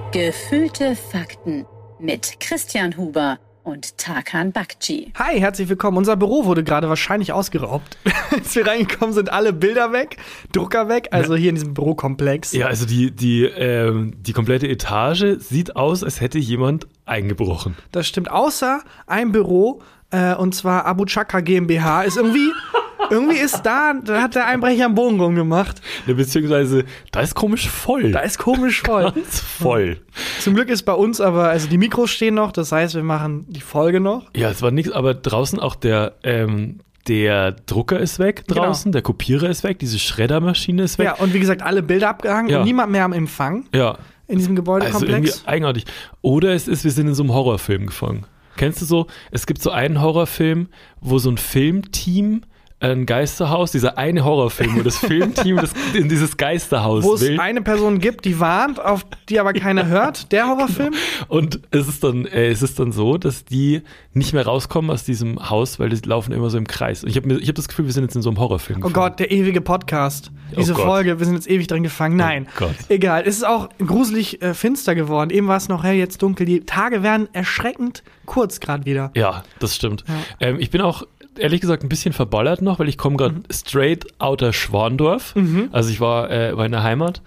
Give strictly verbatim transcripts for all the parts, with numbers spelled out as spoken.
Gefühlte Fakten mit Christian Huber und Tarkan Bakci. Hi, herzlich willkommen. Unser Büro wurde gerade wahrscheinlich ausgeraubt. Als wir reingekommen sind, alle Bilder weg, Drucker weg, also hier in diesem Bürokomplex. Ja, also die, die, ähm, die komplette Etage sieht aus, als hätte jemand eingebrochen. Das stimmt, außer ein Büro, äh, und zwar Abu Chaka GmbH, ist irgendwie... Irgendwie ist da, da hat der Einbrecher einen Bogen rumgemacht. Ja, beziehungsweise, da ist komisch voll. Da ist komisch voll. Ganz voll. Zum Glück ist bei uns aber, also die Mikros stehen noch, das heißt, wir machen die Folge noch. Ja, es war nichts, aber draußen auch der, ähm, der Drucker ist weg draußen, genau. Der Kopierer ist weg, diese Schreddermaschine ist weg. Ja, und wie gesagt, alle Bilder abgehangen ja. und niemand mehr am Empfang. Ja. In diesem Gebäudekomplex. Also irgendwie eigenartig. Oder es ist, wir sind in so einem Horrorfilm gefangen. Kennst du so, es gibt so einen Horrorfilm, wo so ein Filmteam ein Geisterhaus, dieser eine Horrorfilm, wo das Filmteam das, in dieses Geisterhaus wo will. Wo es eine Person gibt, die warnt, auf die aber keiner hört, der Horrorfilm. Und es ist dann, äh, es ist dann so, dass die nicht mehr rauskommen aus diesem Haus, weil die laufen immer so im Kreis. Und ich habe ich hab das Gefühl, wir sind jetzt in so einem Horrorfilm Oh gefangen. Gott, der ewige Podcast. Diese oh Gott. Folge, wir sind jetzt ewig drin gefangen. Nein, oh Gott. Egal. Es ist auch gruselig äh, finster geworden. Eben war es noch hell, jetzt dunkel. Die Tage werden erschreckend kurz gerade wieder. Ja, das stimmt. Ja. Ähm, ich bin auch ehrlich gesagt ein bisschen verballert noch, weil ich komme gerade mhm. straight outer Schwandorf. Mhm. Also ich war, äh, war in der Heimat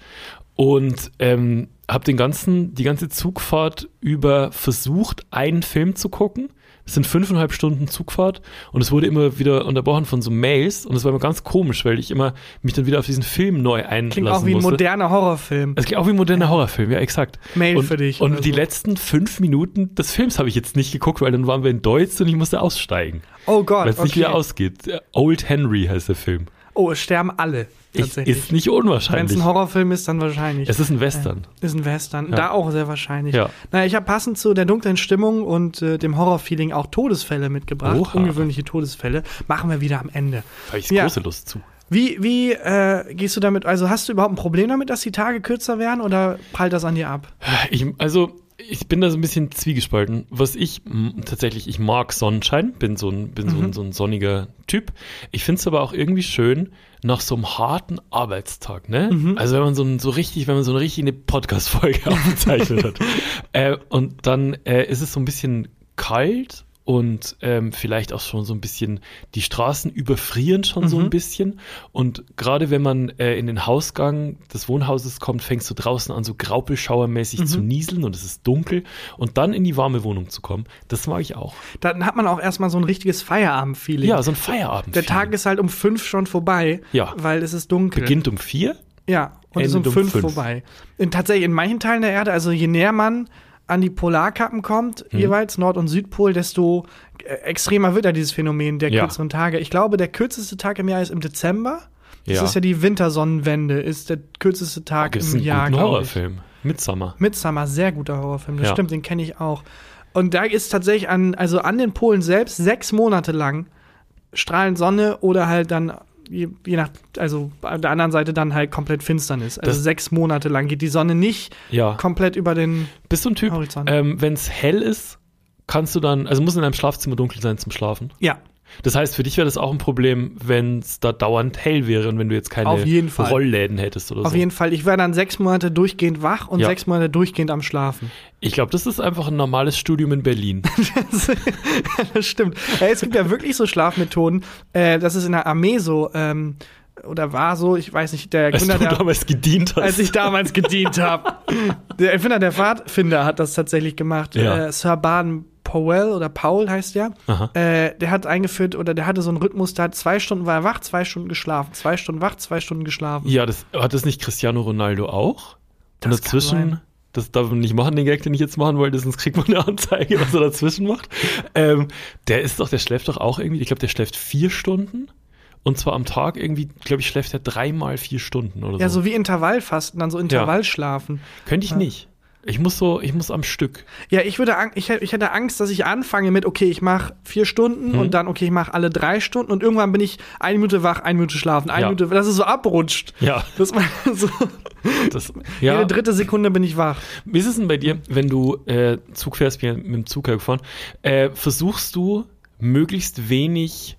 und ähm, habe den ganzen, die ganze Zugfahrt über versucht, einen Film zu gucken. Es sind fünfeinhalb Stunden Zugfahrt und es wurde immer wieder unterbrochen von so Mails und es war immer ganz komisch, weil ich immer mich dann wieder auf diesen Film neu einlassen musste. Klingt auch wie ein musste. moderner Horrorfilm. Es klingt auch wie ein moderner Horrorfilm, ja exakt. Mail und, für dich. Und oder die so. letzten fünf Minuten des Films habe ich jetzt nicht geguckt, weil dann waren wir in Deutsch und ich musste aussteigen. Oh Gott, Weil es okay. nicht wieder ausgeht. Old Henry heißt der Film. Oh, es sterben alle. Tatsächlich. Ist nicht Wenn unwahrscheinlich. es ein Horrorfilm ist, dann wahrscheinlich. Es ist ein Western. Äh, ist ein Western. Ja. Da auch sehr wahrscheinlich. Ja. Naja, ich habe passend zu der dunklen Stimmung und äh, dem Horrorfeeling auch Todesfälle mitgebracht. Oha. Ungewöhnliche Todesfälle. Machen wir wieder am Ende. Da habe ich Ja. große Lust zu. Wie, wie äh, gehst du damit, also hast du überhaupt ein Problem damit, dass die Tage kürzer werden oder prallt das an dir ab? Ich, also, ich bin da so ein bisschen zwiegespalten. Was ich m, tatsächlich, ich mag Sonnenschein, bin so ein, bin mhm. so ein, so ein sonniger Typ. Ich finde es aber auch irgendwie schön, nach so einem harten Arbeitstag, ne? Mhm. Also wenn man so, ein, so richtig, wenn man so eine richtige Podcast-Folge aufgezeichnet hat. Äh, und dann äh, ist es so ein bisschen kalt und ähm, vielleicht auch schon so ein bisschen, die Straßen überfrieren schon mhm. so ein bisschen. Und gerade wenn man äh, in den Hausgang des Wohnhauses kommt, fängst du draußen an, so graupelschauermäßig mhm. zu nieseln und es ist dunkel. Und dann in die warme Wohnung zu kommen, das mag ich auch. Dann hat man auch erstmal so ein richtiges Feierabend-Feeling. Ja, so ein Feierabend. Der Tag ist halt um fünf schon vorbei, ja. weil es ist dunkel. Beginnt um vier? Ja, und ist um um fünf, fünf vorbei. In, tatsächlich in manchen Teilen der Erde, also je näher man an die Polarkappen kommt, mhm. jeweils Nord- und Südpol, desto äh, extremer wird ja dieses Phänomen der ja. kürzeren Tage. Ich glaube, der kürzeste Tag im Jahr ist im Dezember. Das ja. ist ja die Wintersonnenwende, ist der kürzeste Tag im Jahr, glaube ich. Horrorfilm. Midsommar. Midsommar, sehr guter Horrorfilm, das ja. stimmt, den kenne ich auch. Und da ist tatsächlich an, also an den Polen selbst sechs Monate lang strahlend Sonne oder halt dann Je, je nach, also an der anderen Seite dann halt komplett Finsternis. Also das sechs Monate lang geht die Sonne nicht ja. komplett über den Bist du ein Typ, Horizont. Ähm, wenn es hell ist, kannst du dann, also muss in deinem Schlafzimmer dunkel sein zum Schlafen? Ja. Das heißt, für dich wäre das auch ein Problem, wenn es da dauernd hell wäre und wenn du jetzt keine Auf jeden Fall. Rollläden hättest oder Auf so. Auf jeden Fall. Ich wäre dann sechs Monate durchgehend wach und ja. sechs Monate durchgehend am Schlafen. Ich glaube, das ist einfach ein normales Studium in Berlin. das, das stimmt. Ja, es gibt ja wirklich so Schlafmethoden. Äh, das ist in der Armee so, ähm, oder war so, ich weiß nicht, der Als Gründer, du der, damals gedient hast. Als ich damals gedient habe. Der Erfinder der Pfadfinder hat das tatsächlich gemacht. Ja. Äh, Sir Baden Powell oder Paul heißt der. Äh, der hat eingeführt, oder der hatte so einen Rhythmus, da hat zwei Stunden war er wach, zwei Stunden geschlafen. Zwei Stunden wach, zwei Stunden geschlafen. Ja, das hat das nicht Cristiano Ronaldo auch? Und Das dazwischen, kann sein. Das darf man nicht machen, den Gag, den ich jetzt machen wollte, sonst kriegt man eine Anzeige, was er dazwischen macht. Ähm, der ist doch, der schläft doch auch irgendwie, ich glaube, der schläft vier Stunden. Und zwar am Tag irgendwie, glaube ich, schläft er dreimal vier Stunden oder so. Ja, so wie Intervallfasten, dann so Intervallschlafen. Könnte ich Ja. nicht. Ich muss so, ich muss am Stück. Ja, ich würde, ang- ich, hätt- ich hätte Angst, dass ich anfange mit, okay, ich mache vier Stunden Hm. und dann, okay, ich mache alle drei Stunden und irgendwann bin ich eine Minute wach, eine Minute schlafen, eine Ja. Minute, dass es so abrutscht. Ja. Dass man so, Das, ja. jede dritte Sekunde bin ich wach. Wie ist es denn bei dir, wenn du äh, Zug fährst, bin mit dem Zug hergefahren, äh, versuchst du möglichst wenig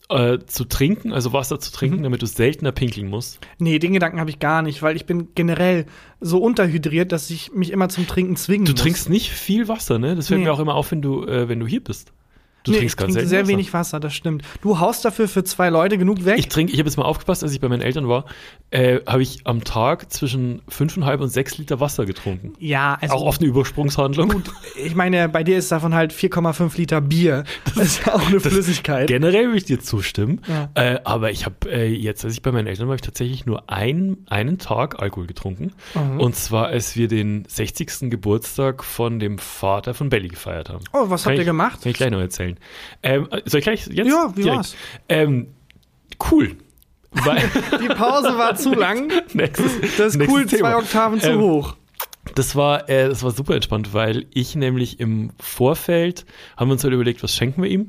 äh, zu trinken, also Wasser zu trinken, Mhm. damit du seltener pinkeln musst? Nee, den Gedanken habe ich gar nicht, weil ich bin generell so unterhydriert, dass ich mich immer zum Trinken zwingen Du muss. trinkst nicht viel Wasser, ne? Das fällt Nee. mir auch immer auf, wenn du, äh, wenn du hier bist. Du nee, trinkst ich ganz trinke selten sehr Wasser. wenig Wasser, das stimmt. Du haust dafür für zwei Leute genug weg? Ich trinke, ich habe jetzt mal aufgepasst, als ich bei meinen Eltern war, äh, habe ich am Tag zwischen fünfeinhalb und sechs Liter Wasser getrunken. ja, also Auch oft eine Übersprungshandlung. gut. Ich meine, bei dir ist davon halt vier Komma fünf Liter Bier. Das ist ja auch eine Flüssigkeit. Generell würde ich dir zustimmen. Ja. Äh, aber ich habe äh, jetzt, als ich bei meinen Eltern war, habe ich tatsächlich nur ein, einen Tag Alkohol getrunken. Mhm. Und zwar, als wir den sechzigsten Geburtstag von dem Vater von Belly gefeiert haben. Oh, was Kann habt ihr ich- gemacht? Kann ich gleich noch erzählen. Ähm, soll ich gleich jetzt? Ja, wie direkt? war's? Ähm, cool. Weil Die Pause war zu lang. nächstes, Das ist nächstes cool, Thema. zwei Oktaven zu Ähm, hoch. Das war, äh, das war super entspannt, weil ich nämlich im Vorfeld haben wir uns halt überlegt, was schenken wir ihm.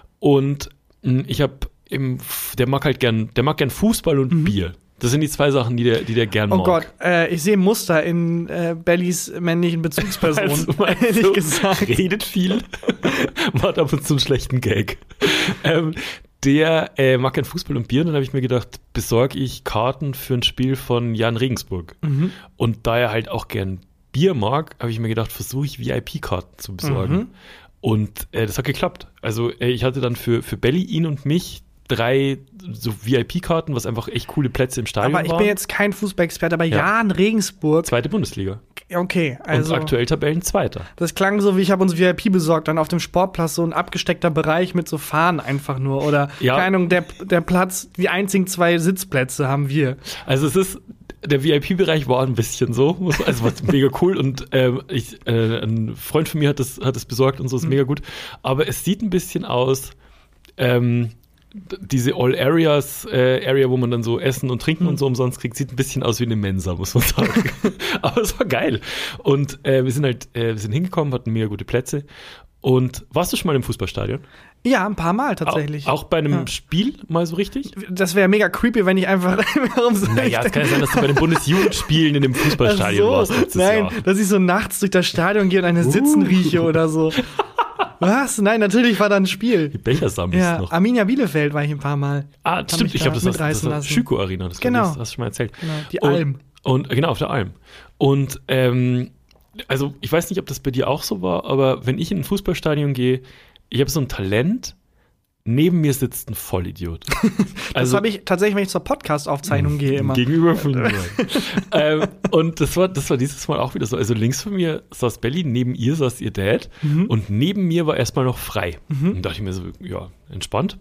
Und mh, ich habe im, der mag halt gern, der mag gern Fußball und Bier. Das sind die zwei Sachen, die der, die der gern Mhm. Oh mag. Gott, äh, ich sehe Muster in äh, Bellys männlichen Bezugspersonen, Also, meinst ehrlich du, gesagt. redet viel, macht ab und zu einen schlechten Gag. Ähm, der äh, mag gern Fußball und Bier und dann habe ich mir gedacht, besorge ich Karten für ein Spiel von Jan Regensburg. Mhm. Und da er halt auch gern Bier mag, habe ich mir gedacht, versuche ich V I P-Karten zu besorgen. Mhm. Und äh, das hat geklappt. Also äh, ich hatte dann für, für Belly, ihn und mich drei so V I P-Karten, was einfach echt coole Plätze im Stadion Aber ich waren. bin jetzt kein Fußballexperte, aber Ja. Jan Regensburg, Zweite Bundesliga. okay, also und aktuell Tabellenzweiter. das klang so, wie ich habe uns V I P besorgt, dann auf dem Sportplatz so ein abgesteckter Bereich mit so Fahnen einfach nur oder, Ja. keine Ahnung, der, der Platz, die einzigen zwei Sitzplätze haben wir. Also es ist, der V I P-Bereich war ein bisschen so, muss- also war mega cool und ähm, ich, äh, ein Freund von mir hat das, hat das besorgt und so, ist Mhm. mega gut. Aber es sieht ein bisschen aus, ähm, d- diese All Areas äh, Area, wo man dann so Essen und Trinken Mhm. und so umsonst kriegt, sieht ein bisschen aus wie eine Mensa, muss man sagen. Aber es war geil. Und äh, wir sind halt, äh, wir sind hingekommen, hatten mega gute Plätze. Und warst du schon mal im Fußballstadion? Ja, ein paar Mal tatsächlich. Auch, auch bei einem Ja. Spiel mal so richtig? Das wäre mega creepy, wenn ich einfach. Warum soll Naja, ich es kann ja sein, dass du bei den Bundesjugendspielen in dem Fußballstadion Ach warst so, letztes nein, Jahr. dass ich so nachts durch das Stadion gehe und eine Sitzen rieche oder so. Was? Nein, natürlich war da ein Spiel. Die Bechersammlung Ja, noch. Arminia Bielefeld war ich ein paar Mal. Ah, Hab stimmt, mich ich da glaube, das, das, das mitreißen war lassen. Schüko Arena, das, Genau. genau. das hast du schon mal erzählt. Genau, die und, Alm. Und genau, auf der Alm. Und ähm, also ich weiß nicht, ob das bei dir auch so war, aber wenn ich in ein Fußballstadion gehe, ich habe so ein Talent, neben mir sitzt ein Vollidiot. Das habe ich tatsächlich, wenn ich zur Podcast-Aufzeichnung gehe, immer. Gegenüber von mir. ähm, und das war, das war dieses Mal auch wieder so. Also links von mir saß Belly, neben ihr saß ihr Dad Mhm. und neben mir war erstmal noch frei. Und dachte ich mir so, ja, entspannt.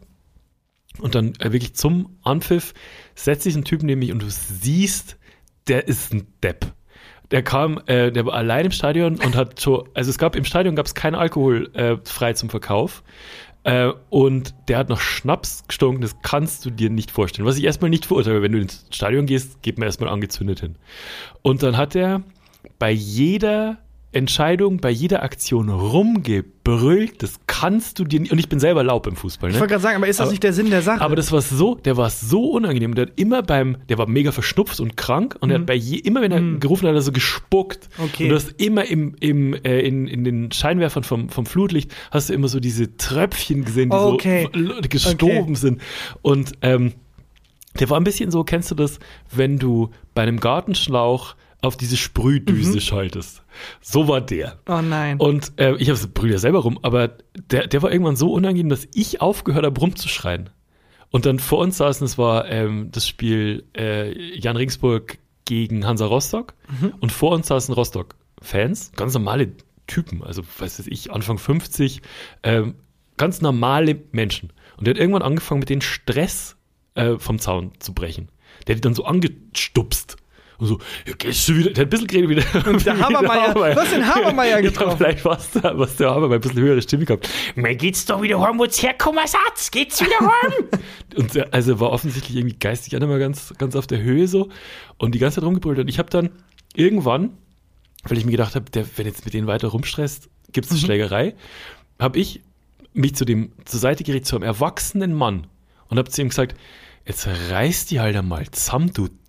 Und dann äh, wirklich zum Anpfiff setzt sich ein Typ neben mich und du siehst, der ist ein Depp. Der kam, äh, der war allein im Stadion und hat schon, also es gab im Stadion gab es keinen Alkohol äh, frei zum Verkauf. Äh, und der hat nach Schnaps gestunken, das kannst du dir nicht vorstellen. Was ich erstmal nicht verurteile, wenn du ins Stadion gehst, geht man erstmal angezündet hin. Und dann hat er bei jeder Entscheidung, bei jeder Aktion rumgebrüllt, das kannst du dir nicht, und ich bin selber Laub im Fußball, Ich ne? wollte gerade sagen, aber ist das Aber- nicht der Sinn der Sache? Aber das war so, der war so unangenehm. Der hat immer beim, der war mega verschnupft und krank und er hat bei je, immer wenn er gerufen hat, hat er so gespuckt. Okay. Und du hast immer im, im, äh, in, in den Scheinwerfern vom, vom Flutlicht hast du immer so diese Tröpfchen gesehen, die Okay. so l- gestoben Okay. sind. Und ähm, der war ein bisschen so, kennst du das, wenn du bei einem Gartenschlauch auf diese Sprühdüse Mhm. schaltest. So war der. oh nein. Und äh, ich habe brüll ja selber rum, aber der, der war irgendwann so unangenehm, dass ich aufgehört habe, rumzuschreien. Und dann vor uns saßen, es war ähm, das Spiel äh, Jan Regensburg gegen Hansa Rostock. Mhm. Und vor uns saßen Rostock-Fans, ganz normale Typen, also weiß ich, Anfang fünfzig, ähm, ganz normale Menschen. Und der hat irgendwann angefangen, mit den Stress äh, vom Zaun zu brechen. Der hat die dann so angestupst. Und so, ja, gehst du wieder, der hat ein bisschen geredet wieder. Und der Habermeier, du hast den Habermeier getroffen. Ja, vielleicht war es da, was der Habermeier ein bisschen höhere Stimme gehabt. Mir geht's doch wieder heim, wo's herkommen, Satz, geht's wieder heim. Und der, also war offensichtlich irgendwie geistig auch nicht mal ganz, ganz auf der Höhe so und die ganze Zeit rumgebrüllt. Und ich habe dann irgendwann, weil ich mir gedacht habe, der, wenn jetzt mit denen weiter rumstresst, gibt's eine Mhm. Schlägerei, habe ich mich zu dem, zur Seite gerichtet zu einem erwachsenen Mann und habe zu ihm gesagt, jetzt reiß die halt einmal zusammen, du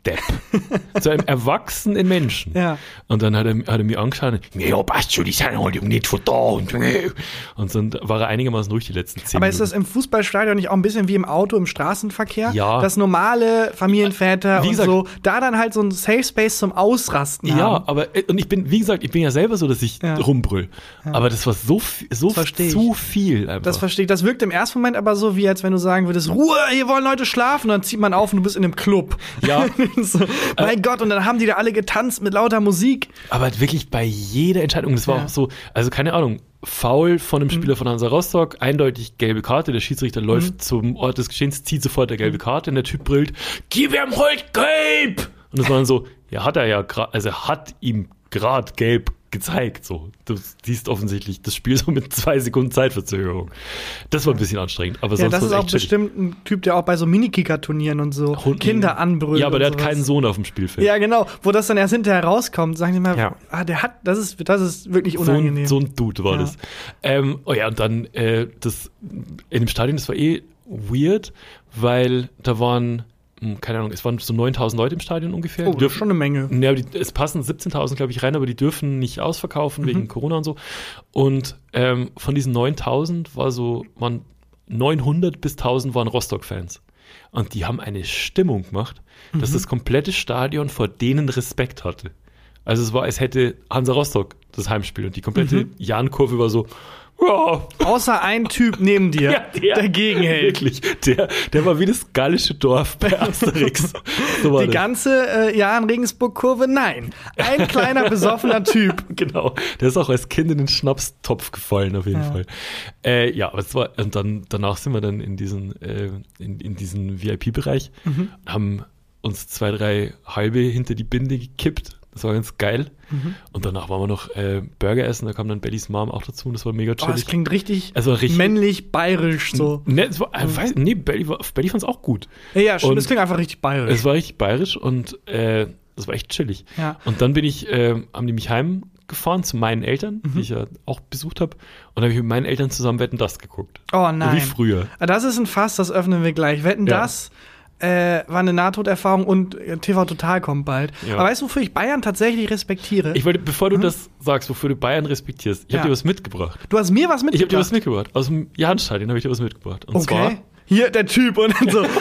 Depp. Zu einem erwachsenen Menschen. Ja. Und dann hat er, hat er mich angeschaut und, ja, passt schon, die sind halt nicht von da. Und, und dann war er einigermaßen ruhig die letzten zehn Aber Minuten. ist das im Fußballstadion nicht auch ein bisschen wie im Auto, im Straßenverkehr? Ja. Dass normale Familienväter Wie und gesagt- so da dann halt so ein Safe Space zum Ausrasten Ja, haben. aber, und ich bin, wie gesagt, ich bin ja selber so, dass ich Ja. rumbrüll. Aber das war so, f- so versteh ich. zu viel einfach. Das verstehe ich. Das wirkt im ersten Moment aber so, wie als wenn du sagen würdest, Ruhe, hier wollen Leute schlafen. Und dann zieht man auf und du bist in einem Club. Ja. so, mein Gott, und dann haben die da alle getanzt mit lauter Musik. Aber wirklich bei jeder Entscheidung, das war Ja. auch so, also keine Ahnung, Foul von einem Spieler von Hansa Rostock, eindeutig gelbe Karte, der Schiedsrichter läuft zum Ort des Geschehens, zieht sofort der gelbe Karte und der Typ brüllt, gib ihm heute gelb! Und das war dann so, ja, hat er ja gerade, also er hat ihm gerade gelb gezeigt, so. Du siehst offensichtlich das Spiel so mit zwei Sekunden Zeitverzögerung. Das war ein bisschen anstrengend, aber Ja, sonst das war ist es auch echt chillig. bestimmt ein Typ, der auch bei so Minikicker-Turnieren und so Hunden- Kinder anbrüllt. Ja, aber und der hat sowas. keinen Sohn auf dem Spielfeld. Ja, genau. Wo das dann erst hinterher rauskommt, sagen die mal, Ja. ah, der hat, das ist, das ist wirklich So ein, unangenehm. so ein Dude war Ja. das. Ähm, oh ja, und dann äh, das in dem Stadion, das war eh weird, weil da waren, hm, keine Ahnung, es waren so neuntausend Leute im Stadion ungefähr. oh, Die das ist schon eine Menge. Ja, aber die, es passen siebzehntausend, glaube ich, rein, aber die dürfen nicht ausverkaufen wegen Corona und so. Und ähm, von diesen neuntausend war so, waren neunhundert bis tausend waren Rostock-Fans. Und die haben eine Stimmung gemacht, dass das komplette Stadion vor denen Respekt hatte. Also es war, als hätte Hansa Rostock das Heimspiel und die komplette Jahn-Kurve war so, ja, Außer ein Typ neben dir, Ja, der- dagegen hält. wirklich, der, der war wie das gallische Dorf bei Asterix. So war Die das. ganze äh, Jahn-Regensburg-Kurve, nein. Ein kleiner, besoffener Typ. Genau, der ist auch als Kind in den Schnapstopf gefallen, auf jeden Ja. Fall. Äh, ja, aber es war, und dann, danach sind wir dann in diesen, äh, in, in diesen V I P-Bereich, Mhm. haben uns zwei, drei halbe hinter die Binde gekippt. Das war ganz geil. Mhm. Und danach waren wir noch äh, Burger essen, da kam dann Bellys Mom auch dazu und das war mega Oh, das chillig. klingt richtig, Also richtig- männlich, bayerisch so. Ne, es war, äh, weiß, nee, Belly, war- Belly fand es auch gut. Ja, ja, stimmt, Und- das klingt einfach richtig bayerisch. Es war richtig bayerisch und äh, das war echt chillig. Ja. Und dann bin ich, äh, haben die mich heimgefahren zu meinen Eltern, Mhm. die ich ja auch besucht habe. Und da habe ich mit meinen Eltern zusammen Wetten, das geguckt. Oh So nein. wie früher. Ah, Das ist ein Fass, das öffnen wir gleich. Wetten, Ja. das äh, war eine Nahtoderfahrung und äh, T V Total kommt bald. Ja. Aber weißt du, wofür ich Bayern tatsächlich respektiere? Ich wollte, bevor du das sagst, wofür du Bayern respektierst, ich Ja. habe dir was mitgebracht. du hast mir was Ich habe mitgebracht. dir was mitgebracht. Aus dem Jahnstadion habe ich dir was mitgebracht. Und zwar, Okay. Hier, der Typ und dann so.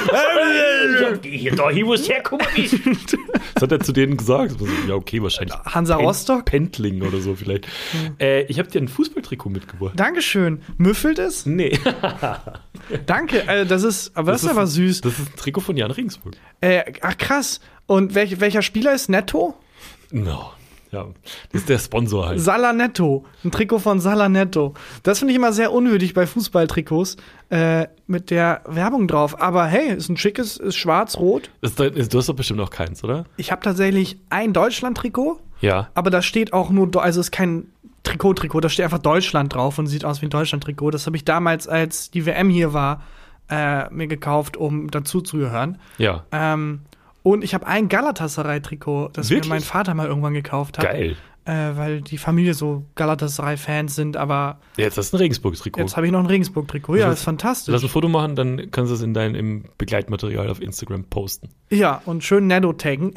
hier, da, hier muss herkommen. Das hat er zu denen gesagt. So, ja, okay, wahrscheinlich. Hansa Pen- Rostock? Pendling oder so vielleicht. Äh, ich habe dir ein Fußballtrikot mitgebracht. Dankeschön. Müffelt es? Nee. Danke. Äh, das ist, aber das, ist aber süß. Das ist ein Trikot von Jan Regensburg. Äh, ach krass. Und welch, welcher Spieler ist Netto? No. Ja, das ist der Sponsor halt. Salah Netto. Ein Trikot von Salah Netto. Das finde ich immer sehr unwürdig bei Fußballtrikots äh, mit der Werbung drauf. Aber hey, ist ein schickes, ist schwarz-rot. Das ist, ist, du hast doch bestimmt noch keins, oder? Ich habe tatsächlich ein Deutschland-Trikot, Ja. aber da steht auch nur, Do- also ist kein Trikot-Trikot, da steht einfach Deutschland drauf und sieht aus wie ein Deutschland-Trikot. Das habe ich damals, als die W M hier war, äh, mir gekauft, um dazu zu gehören. Ja. Ähm, und ich habe ein Galatasaray-Trikot, das Wirklich? mir mein Vater mal irgendwann gekauft hat. Geil. Äh, weil die Familie so Galatasaray-Fans sind, aber Jetzt hast du ein Regensburg-Trikot. jetzt habe ich noch ein Regensburg-Trikot. Ja, Lass- das ist fantastisch. Lass ein Foto machen, dann kannst du es in dein im Begleitmaterial auf Instagram posten. Ja, und schön Netto taggen.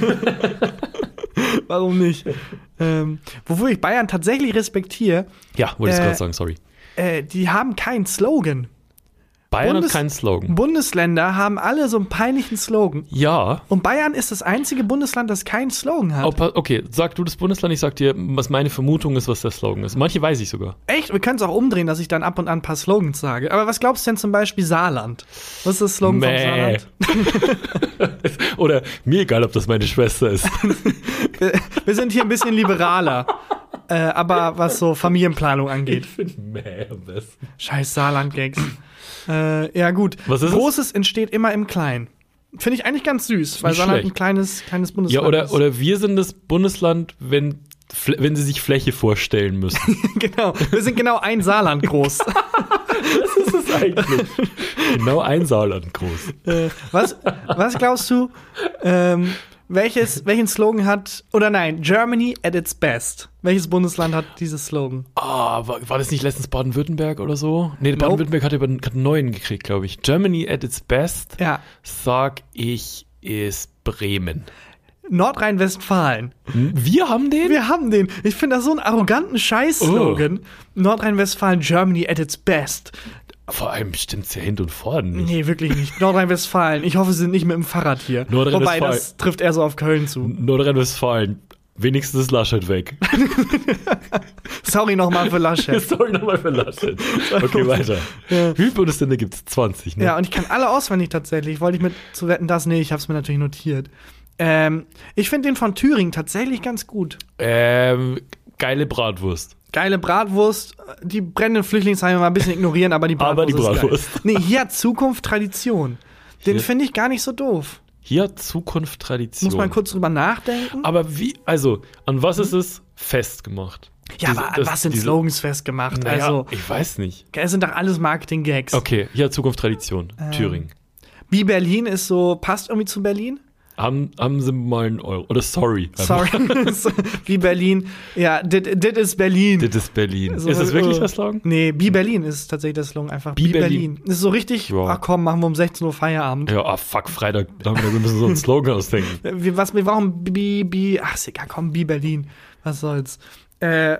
Warum nicht? ähm, wofür ich Bayern tatsächlich respektiere, Ja, wollte ich Äh, gerade sagen, sorry. äh, die haben keinen Slogan. Bayern Bundes- hat keinen Slogan. Bundesländer haben alle so einen peinlichen Slogan. Ja. Und Bayern ist das einzige Bundesland, das keinen Slogan hat. Ob, okay, sag du das Bundesland, ich sag dir, was meine Vermutung ist, was der Slogan ist. Manche weiß ich sogar. Echt? Wir können es auch umdrehen, dass ich dann ab und an ein paar Slogans sage. Aber was glaubst du denn zum Beispiel Saarland? Was ist das Slogan Mäh. vom Saarland? Oder mir egal, ob das meine Schwester ist. Wir, wir sind hier ein bisschen liberaler. äh, aber was so Familienplanung angeht. Ich finde Mäh am besten. Scheiß Saarland-Gags. äh, ja, gut. Was ist es? Großes entsteht immer im Kleinen. Finde ich eigentlich ganz süß, weil Nicht Saarland schlecht. ein kleines, kleines Ja, Bundesland oder, ist. oder wir sind das Bundesland, wenn, Fl- wenn sie sich Fläche vorstellen müssen. Genau. Wir sind genau ein Saarland groß. Was ist das eigentlich? Genau ein Saarland groß. äh, was, was glaubst du, ähm, welches, welchen Slogan hat, oder nein, Germany at its best. Welches Bundesland hat dieses Slogan? Ah, war, war das nicht letztens Baden-Württemberg oder so? Nee, Nope. Baden-Württemberg hat, über, hat einen neuen gekriegt, glaube ich. Germany at its best, Ja. sag ich, ist Bremen. Nordrhein-Westfalen. Wir haben den? Wir haben den. Ich finde das so einen arroganten Scheiß-Slogan. Oh. Nordrhein-Westfalen, Germany at its best. Vor allem stimmt's ja hinten und vorne nicht. Nee, wirklich nicht. Nordrhein-Westfalen. Ich hoffe, sie sind nicht mit dem Fahrrad hier. Wobei, das trifft eher so auf Köln zu. Nordrhein-Westfalen. Wenigstens ist Laschet weg. Sorry nochmal für Laschet. Sorry nochmal für Laschet. Okay, weiter. Ja. Wie viele Bundesländer gibt's? zwanzig, ne? Ja, und ich kann alle auswendig tatsächlich. Wollte ich mit zu wetten, das? Nee, ich hab's mir natürlich notiert. Ähm, ich finde den von Thüringen tatsächlich ganz gut. Ähm, geile Bratwurst. Geile Bratwurst, die brennenden Flüchtlingsheime mal ein bisschen ignorieren, aber die Bratwurst, aber die Bratwurst. ist geil. Nee, hier hat Zukunft Tradition. Den finde ich gar nicht so doof. Hier hat Zukunft Tradition. Muss man kurz drüber nachdenken. Aber wie, also, an was ist es festgemacht? Ja, diese, aber an was sind diese, Slogans festgemacht? Naja, also, ich weiß nicht. Es sind doch alles Marketing-Gags. Okay, hier hat Zukunft Tradition. Ähm, Thüringen. Wie Berlin ist so, passt irgendwie zu Berlin? Haben, haben sie mal einen Euro. Oder sorry. Sorry. Wie Berlin. Ja, dit, dit ist Berlin. Dit ist Berlin. So, ist das wirklich uh, das Slogan? Nee, Bi Berlin ist tatsächlich das Slogan. Einfach Bi Berlin. Das ist so richtig, ja. Ach komm, machen wir um sechzehn Uhr Feierabend. Ja, ah, fuck, Freitag. Wir müssen so einen Slogan ausdenken. Wir, was, wir brauchen Bi, Bi, ach, ist egal, komm, Bi Berlin. Was soll's. Äh,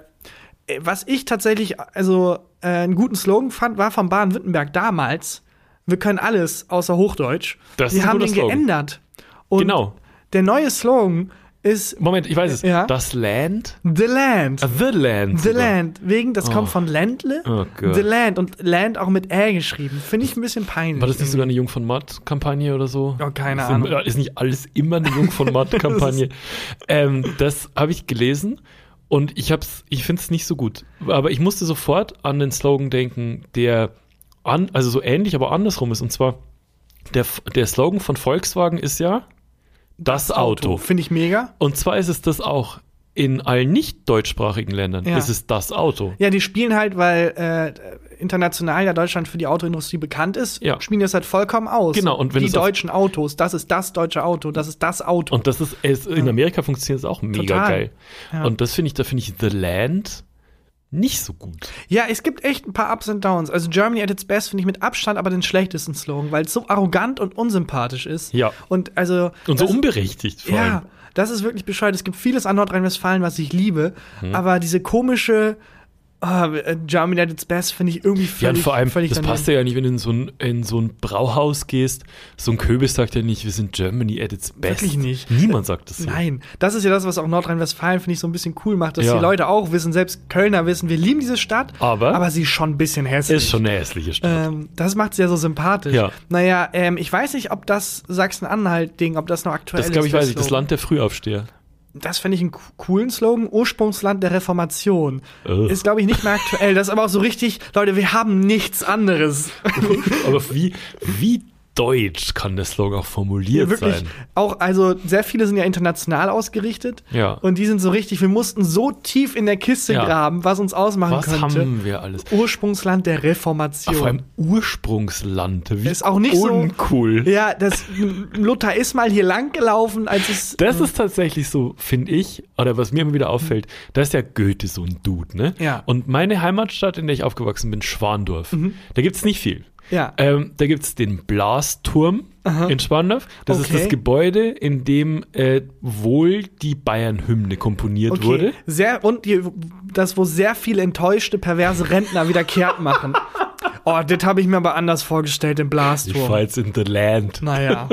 was ich tatsächlich, also, äh, einen guten Slogan fand, war von Baden-Württemberg damals. Wir können alles, außer Hochdeutsch. Das Die ist ein haben den Slogan. geändert. Und genau. Der neue Slogan ist. Moment, ich weiß es. Ja? Das Land? The Land. Ah, the Land. The sogar. Land. Wegen, das oh. kommt von Ländle. Oh Gott. The Land. Und Land auch mit Ä geschrieben. Finde ich ein bisschen peinlich. War das nicht sogar eine Jung von Matt-Kampagne oder so? Oh, keine ist Ahnung. Ist nicht alles immer eine Jung von Matt-Kampagne? ähm, das habe ich gelesen und ich hab's, ich finde es nicht so gut. Aber ich musste sofort an den Slogan denken, der an, also so ähnlich, aber andersrum ist. Und zwar, der, der Slogan von Volkswagen ist ja Das, das Auto. Auto. Finde ich mega. Und zwar ist es das auch in allen nicht deutschsprachigen Ländern. Ja. Ist es das Auto. Ja, die spielen halt, weil äh, international ja Deutschland für die Autoindustrie bekannt ist, ja. spielen das halt vollkommen aus. Genau. Und wenn die es deutschen Autos, das ist das deutsche Auto, das ist das Auto. Und das ist, es, in Amerika funktioniert es auch mega Total. geil. Ja. Und das finde ich, da finde ich The Land nicht so gut. Ja, es gibt echt ein paar Ups und Downs. Also Germany at its best finde ich mit Abstand aber den schlechtesten Slogan, weil es so arrogant und unsympathisch ist. Ja. Und also und so unberechtigt vor allem. Ja, das ist wirklich bescheuert. Es gibt vieles an Nordrhein-Westfalen, was ich liebe, hm. aber diese komische oh, Germany at its best finde ich irgendwie völlig Ja, und vor allem, völlig das daneben. passt ja nicht, wenn du in so ein, in so ein Brauhaus gehst. So ein Köbis sagt ja nicht, wir sind Germany at its best. Wirklich nicht. Niemand sagt das hier. Nein, das ist ja das, was auch Nordrhein-Westfalen, finde ich, so ein bisschen cool macht, dass ja. die Leute auch wissen, selbst Kölner wissen, wir lieben diese Stadt, aber, aber sie ist schon ein bisschen hässlich. Ist schon eine hässliche Stadt. Ähm, das macht sie ja so sympathisch. Ja. Naja, ähm, ich weiß nicht, ob das Sachsen-Anhalt-Ding, ob das noch aktuell das ist. Das glaube ich, weiß ich, das Slogan. Land der Frühaufsteher. Das fände ich einen coolen Slogan. Ursprungsland der Reformation. Ugh. Ist, glaube ich, nicht mehr aktuell. Das ist aber auch so richtig, Leute, wir haben nichts anderes. Aber wie, wie deutsch kann der Slogan auch formuliert ja, wirklich, sein? Auch, also sehr viele sind ja international ausgerichtet. Ja. Und die sind so richtig, wir mussten so tief in der Kiste ja. graben, was uns ausmachen was könnte. Was haben wir alles? Ursprungsland der Reformation. Ach, vor allem Ursprungsland. Wie ist auch nicht uncool. So, ja, das, Luther ist mal hier lang gelaufen, als es. Das ist tatsächlich so, finde ich, oder was mir immer wieder auffällt, da ist ja Goethe so ein Dude, ne? Ja. Und meine Heimatstadt, in der ich aufgewachsen bin, Schwandorf, mhm. da gibt's nicht viel. Ja. Ähm, da gibt es den Blasturm Aha. in Schwandorf. Das okay. ist das Gebäude, in dem äh, wohl die Bayern-Hymne komponiert okay. wurde. Sehr, und die, das, wo sehr viele enttäuschte, perverse Rentner wieder kehrt machen. Oh, das habe ich mir aber anders vorgestellt, den Blasturm. Ich war jetzt in the land. Naja.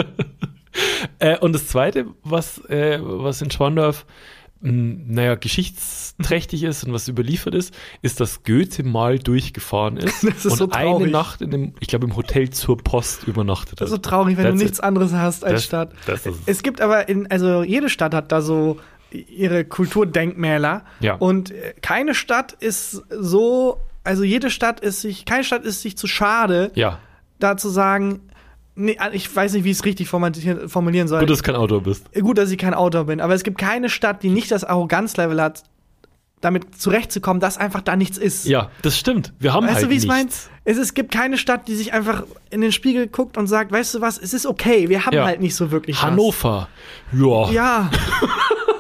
äh, und das Zweite, was, äh, was in Schwandorf naja, geschichtsträchtig ist und was überliefert ist, ist, dass Goethe mal durchgefahren ist, das ist und so traurig. eine Nacht in dem, ich glaube, im Hotel zur Post übernachtet hat. Das ist so traurig, wenn That's du nichts it. anderes hast als das, Stadt. Das ist es gibt aber, in, also jede Stadt hat da so ihre Kulturdenkmäler. Ja. Und keine Stadt ist so, also jede Stadt ist sich, keine Stadt ist sich zu schade, ja. da zu sagen, nee, ich weiß nicht, wie ich es richtig formulieren soll. Gut, dass du kein Autor bist. Gut, dass ich kein Autor bin. Aber es gibt keine Stadt, die nicht das Arroganzlevel hat, damit zurechtzukommen, dass einfach da nichts ist. Ja, das stimmt. Wir haben weißt halt du, wie ich nichts. meine? Es, es gibt keine Stadt, die sich einfach in den Spiegel guckt und sagt, weißt du was, es ist okay, wir haben ja. halt nicht so wirklich Hannover. was. Ja. Ja.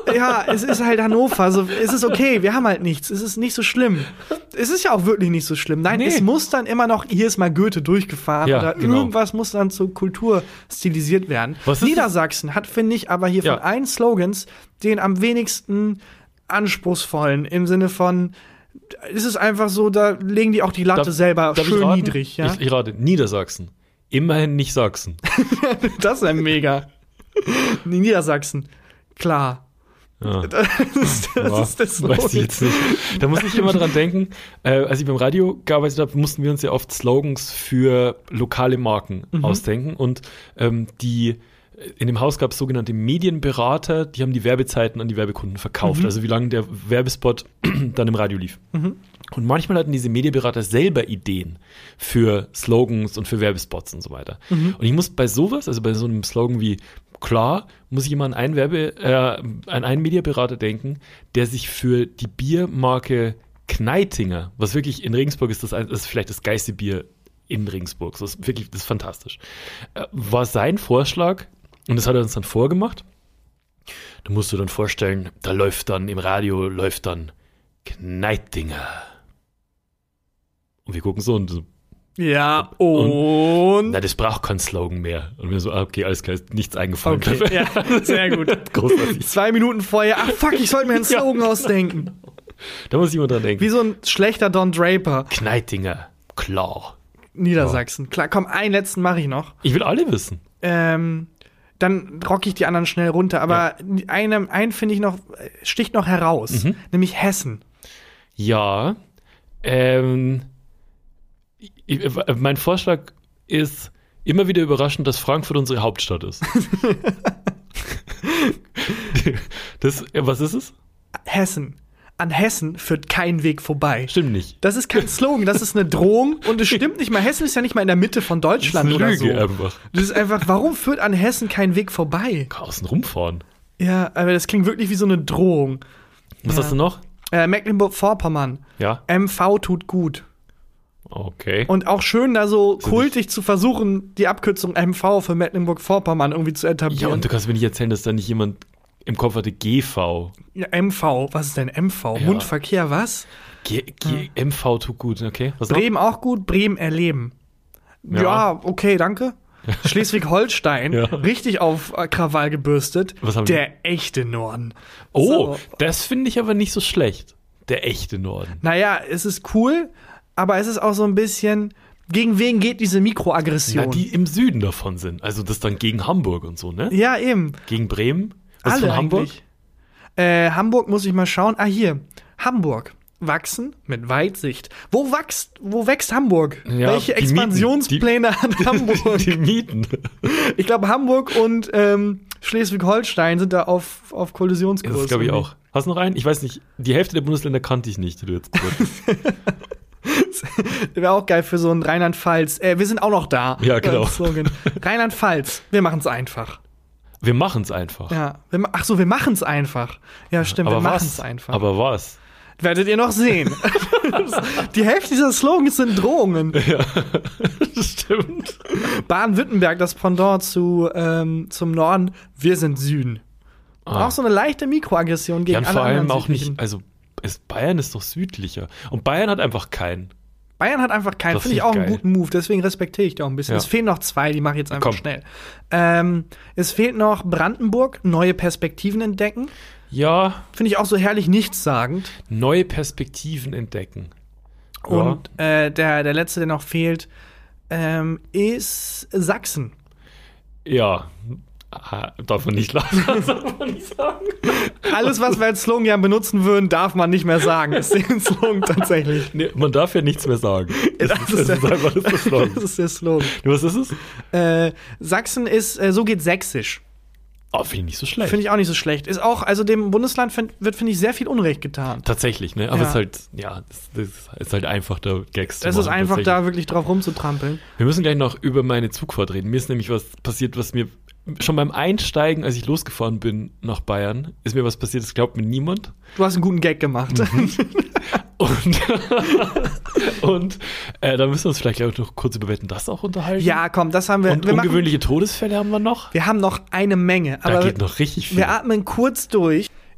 Ja, es ist halt Hannover. Also, es ist okay, wir haben halt nichts. Es ist nicht so schlimm. Es ist ja auch wirklich nicht so schlimm. Nein, nee. Es muss dann immer noch, hier ist mal Goethe durchgefahren Ja, oder genau. irgendwas muss dann zur Kultur stilisiert werden. Was ist Niedersachsen hat, finde ich, aber hier Ja. von allen Slogans den am wenigsten anspruchsvollen im Sinne von, es ist einfach so, da legen die auch die Latte Darf- selber darf ich schön raten? niedrig. Ja? Ich, ich rate, Niedersachsen. Immerhin nicht Sachsen. Das ist ja mega. Niedersachsen, klar. Ja. Das ist, das Ja, ist der Slogan. weiß ich jetzt nicht. Da muss ich immer dran denken, äh, als ich beim Radio gearbeitet habe, mussten wir uns ja oft Slogans für lokale Marken Mhm. ausdenken. Und ähm, die in dem Haus gab es sogenannte Medienberater, die haben die Werbezeiten an die Werbekunden verkauft, Mhm. also wie lange der Werbespot dann im Radio lief. Mhm. Und manchmal hatten diese Medienberater selber Ideen für Slogans und für Werbespots und so weiter. Mhm. Und ich muss bei sowas, also bei so einem Slogan wie klar, muss ich immer an einen Werbe, äh, an einen Medienberater denken, der sich für die Biermarke Kneitinger, was wirklich in Regensburg ist, das, das ist vielleicht das geilste Bier in Regensburg, das ist wirklich, das ist fantastisch, äh, war sein Vorschlag, und das hat er uns dann vorgemacht. Da musst du dann vorstellen, da läuft dann im Radio, läuft dann Kneitinger. Und wir gucken so und so, Ja, und. na, das braucht keinen Slogan mehr. Und wir so, ah, okay, alles klar, ist nichts eingefallen. Okay, ja, sehr gut. Großartig. Zwei Minuten vorher, ach fuck, ich sollte mir einen Slogan ausdenken. Da muss ich immer dran denken. Wie so ein schlechter Don Draper. Kneitinger, klar. Niedersachsen. Klar, komm, einen letzten mache ich noch. Ich will alle wissen. Ähm, dann rock ich die anderen schnell runter. Aber einen, einen finde ich noch, sticht noch heraus. Mhm. Nämlich Hessen. Ja, ähm, ich, mein Vorschlag ist immer wieder überraschend, dass Frankfurt unsere Hauptstadt ist. das, was ist es? Hessen. An Hessen führt kein Weg vorbei. Stimmt nicht. Das ist kein Slogan, das ist eine Drohung und es stimmt nicht mal. Hessen ist ja nicht mal in der Mitte von Deutschland Das ist oder eine so. Lüge einfach. Das ist einfach, warum führt an Hessen kein Weg vorbei? Außen rumfahren. Ja, aber das klingt wirklich wie so eine Drohung. Was Ja. hast du noch? Äh, Mecklenburg-Vorpommern. Ja, M V tut gut. okay. Und auch schön, da so So kultig zu versuchen, die Abkürzung M V für Mecklenburg-Vorpommern irgendwie zu Ja, etablieren. und du kannst mir nicht erzählen, dass da nicht jemand im Kopf hatte, G V. Ja, M V, was ist denn M V? Ja. Mundverkehr, was? G, G, M V tut gut, okay. Was noch? Bremen auch gut, Bremen erleben. Ja, Ja. okay, danke. Schleswig-Holstein, Ja. richtig auf äh, Krawall gebürstet. Was haben die? Der echte Norden. Oh, So. das finde ich aber nicht so schlecht. Der echte Norden. Naja, es ist cool, aber es ist auch so ein bisschen, gegen wen geht diese Mikroaggression? Na, die im Süden davon sind. Also das dann gegen Hamburg und so, ne? ja, eben. Gegen Bremen. Was ist Alle von Hamburg? eigentlich. Äh, Hamburg muss ich mal schauen. Ah, hier. Hamburg. Wachsen mit Weitsicht. Wo wächst, wo wächst Hamburg? Ja, Welche die Mieten. Expansionspläne hat Hamburg? Die Mieten. Ich glaube, Hamburg und ähm, Schleswig-Holstein sind da auf, auf Kollisionskurs. Das glaube ich irgendwie. auch. Hast du noch einen? Ich weiß nicht. Die Hälfte der Bundesländer kannte ich nicht, die du jetzt gesagt hast. Wäre auch geil für so ein Rheinland-Pfalz. Äh, wir sind auch noch da. Ja, genau. Äh, Slogan. Rheinland-Pfalz. Wir machen es einfach. Wir machen es einfach. Ja. Wir, ma- ach so, wir machen es einfach. Ja, stimmt. Aber wir machen was? es einfach. Aber was? Werdet ihr noch sehen. Die Hälfte dieser Slogans sind Drohungen. Das stimmt. Baden-Württemberg, das Pendant zu, ähm, zum Norden. Wir sind Süden. Ah. Auch so eine leichte Mikroaggression gegen Ja, und alle vor allem anderen auch nicht, südlichen. also ist, Bayern ist doch südlicher. Und Bayern hat einfach keinen. Bayern hat einfach keinen. Das Finde ich find auch ich einen geil. guten Move. Deswegen respektiere ich die auch ein bisschen. Ja. Es fehlen noch zwei, die mache ich jetzt einfach Komm. schnell. Ähm, es fehlt noch Brandenburg, neue Perspektiven entdecken. Ja, Finde ich auch so herrlich nichtssagend. neue Perspektiven entdecken. Ja. Und äh, der, der letzte, der noch fehlt, ähm, ist Sachsen. Ja, ah, darf man nicht lachen. darf man nicht sagen. Alles, was wir als Slogan ja benutzen würden, darf man nicht mehr sagen. Ist der Slogan tatsächlich. Nee, man darf ja nichts mehr sagen. Das, Das ist, ist das ist der- einfach das ist Slogan. Das ist der Slogan. Was ist es? Äh, Sachsen ist, äh, so geht Sächsisch. Oh, finde ich nicht so schlecht. Finde ich auch nicht so schlecht. Ist auch, also dem Bundesland find, wird, finde ich, sehr viel Unrecht getan. Tatsächlich, ne? Aber Ja. es ist halt, ja, das, das ist halt einfach da Gags zu Es ist machen, einfach tatsächlich. da wirklich drauf rumzutrampeln. Wir müssen gleich noch über meine Zugfahrt reden. Mir ist nämlich was passiert, was mir schon beim Einsteigen, als ich losgefahren bin nach Bayern, ist mir was passiert, das glaubt mir niemand. Du hast einen guten Gag gemacht. Mhm. Und, und äh, da müssen wir uns vielleicht gleich noch kurz über Wetten, das auch unterhalten. Ja, komm, das haben wir. Und wir, machen, ungewöhnliche Todesfälle haben wir noch. wir haben noch eine Menge. Da Aber geht noch richtig viel. wir atmen kurz durch.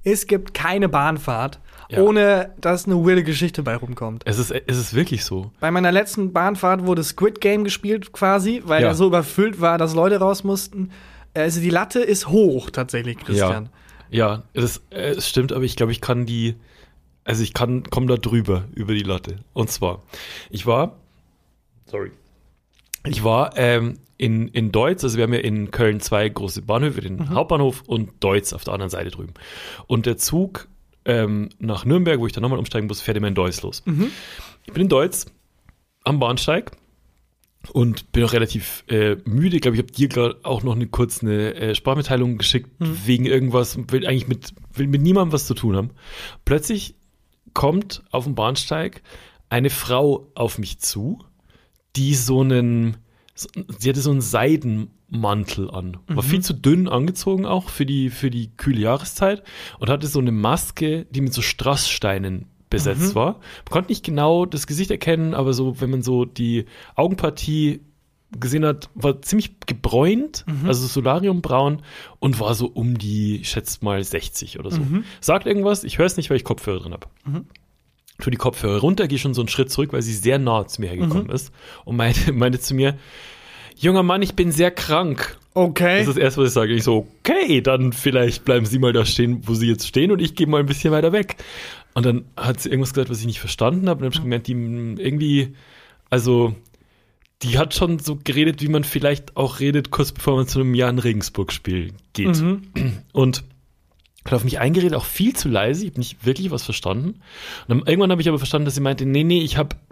es gibt keine Bahnfahrt, Ja. ohne dass eine weirde Geschichte bei rumkommt. Es ist, es ist wirklich so. Bei meiner letzten Bahnfahrt wurde Squid Game gespielt quasi, weil Ja. er so überfüllt war, dass Leute raus mussten. Also die Latte ist hoch tatsächlich, Christian. Ja, das, äh, es stimmt, aber ich glaube, ich kann die, also ich kann, komme da drüber, über die Latte. Und zwar, ich war, sorry, ich war ähm, in, in Deutz, also wir haben ja in Köln zwei große Bahnhöfe, den Mhm. Hauptbahnhof und Deutz auf der anderen Seite drüben. Und der Zug ähm, nach Nürnberg, wo ich dann nochmal umsteigen muss, fährt immer in Deutz los. Mhm. Ich bin in Deutz am Bahnsteig und bin auch relativ äh, müde. Ich glaube, ich habe dir gerade auch noch eine kurz eine äh, Sprachmitteilung geschickt Mhm. wegen irgendwas, will eigentlich mit, will mit niemandem was zu tun haben. Plötzlich kommt auf dem Bahnsteig eine Frau auf mich zu, die so einen, so, sie hatte so einen Seidenmantel an. War Mhm. viel zu dünn angezogen auch für die, für die kühle Jahreszeit und hatte so eine Maske, die mit so Strasssteinen besetzt Mhm. war. Man konnte nicht genau das Gesicht erkennen, aber so, wenn man so die Augenpartie gesehen hat, war ziemlich gebräunt, Mhm. also solariumbraun und war so um die, ich schätze mal sechzig oder so. Mhm. Sagt irgendwas, ich höre es nicht, weil ich Kopfhörer drin habe. Mhm. Tu die Kopfhörer runter, gehe schon so einen Schritt zurück, weil sie sehr nah zu mir hergekommen Mhm. ist und meinte, meinte zu mir, junger Mann, ich bin sehr krank. Okay. Das ist das Erste, was ich sage. Ich so, okay, dann vielleicht bleiben Sie mal da stehen, wo Sie jetzt stehen und ich gehe mal ein bisschen weiter weg. Und dann hat sie irgendwas gesagt, was ich nicht verstanden habe und dann habe ich gemerkt, die mh, irgendwie, also die hat schon so geredet, wie man vielleicht auch redet, kurz bevor man zu einem Jan Regensburg-Spiel geht. Mhm. Und hat auf mich eingeredet, auch viel zu leise, ich habe nicht wirklich was verstanden. Und dann, irgendwann habe ich aber verstanden, dass sie meinte, nee, nee, ich habe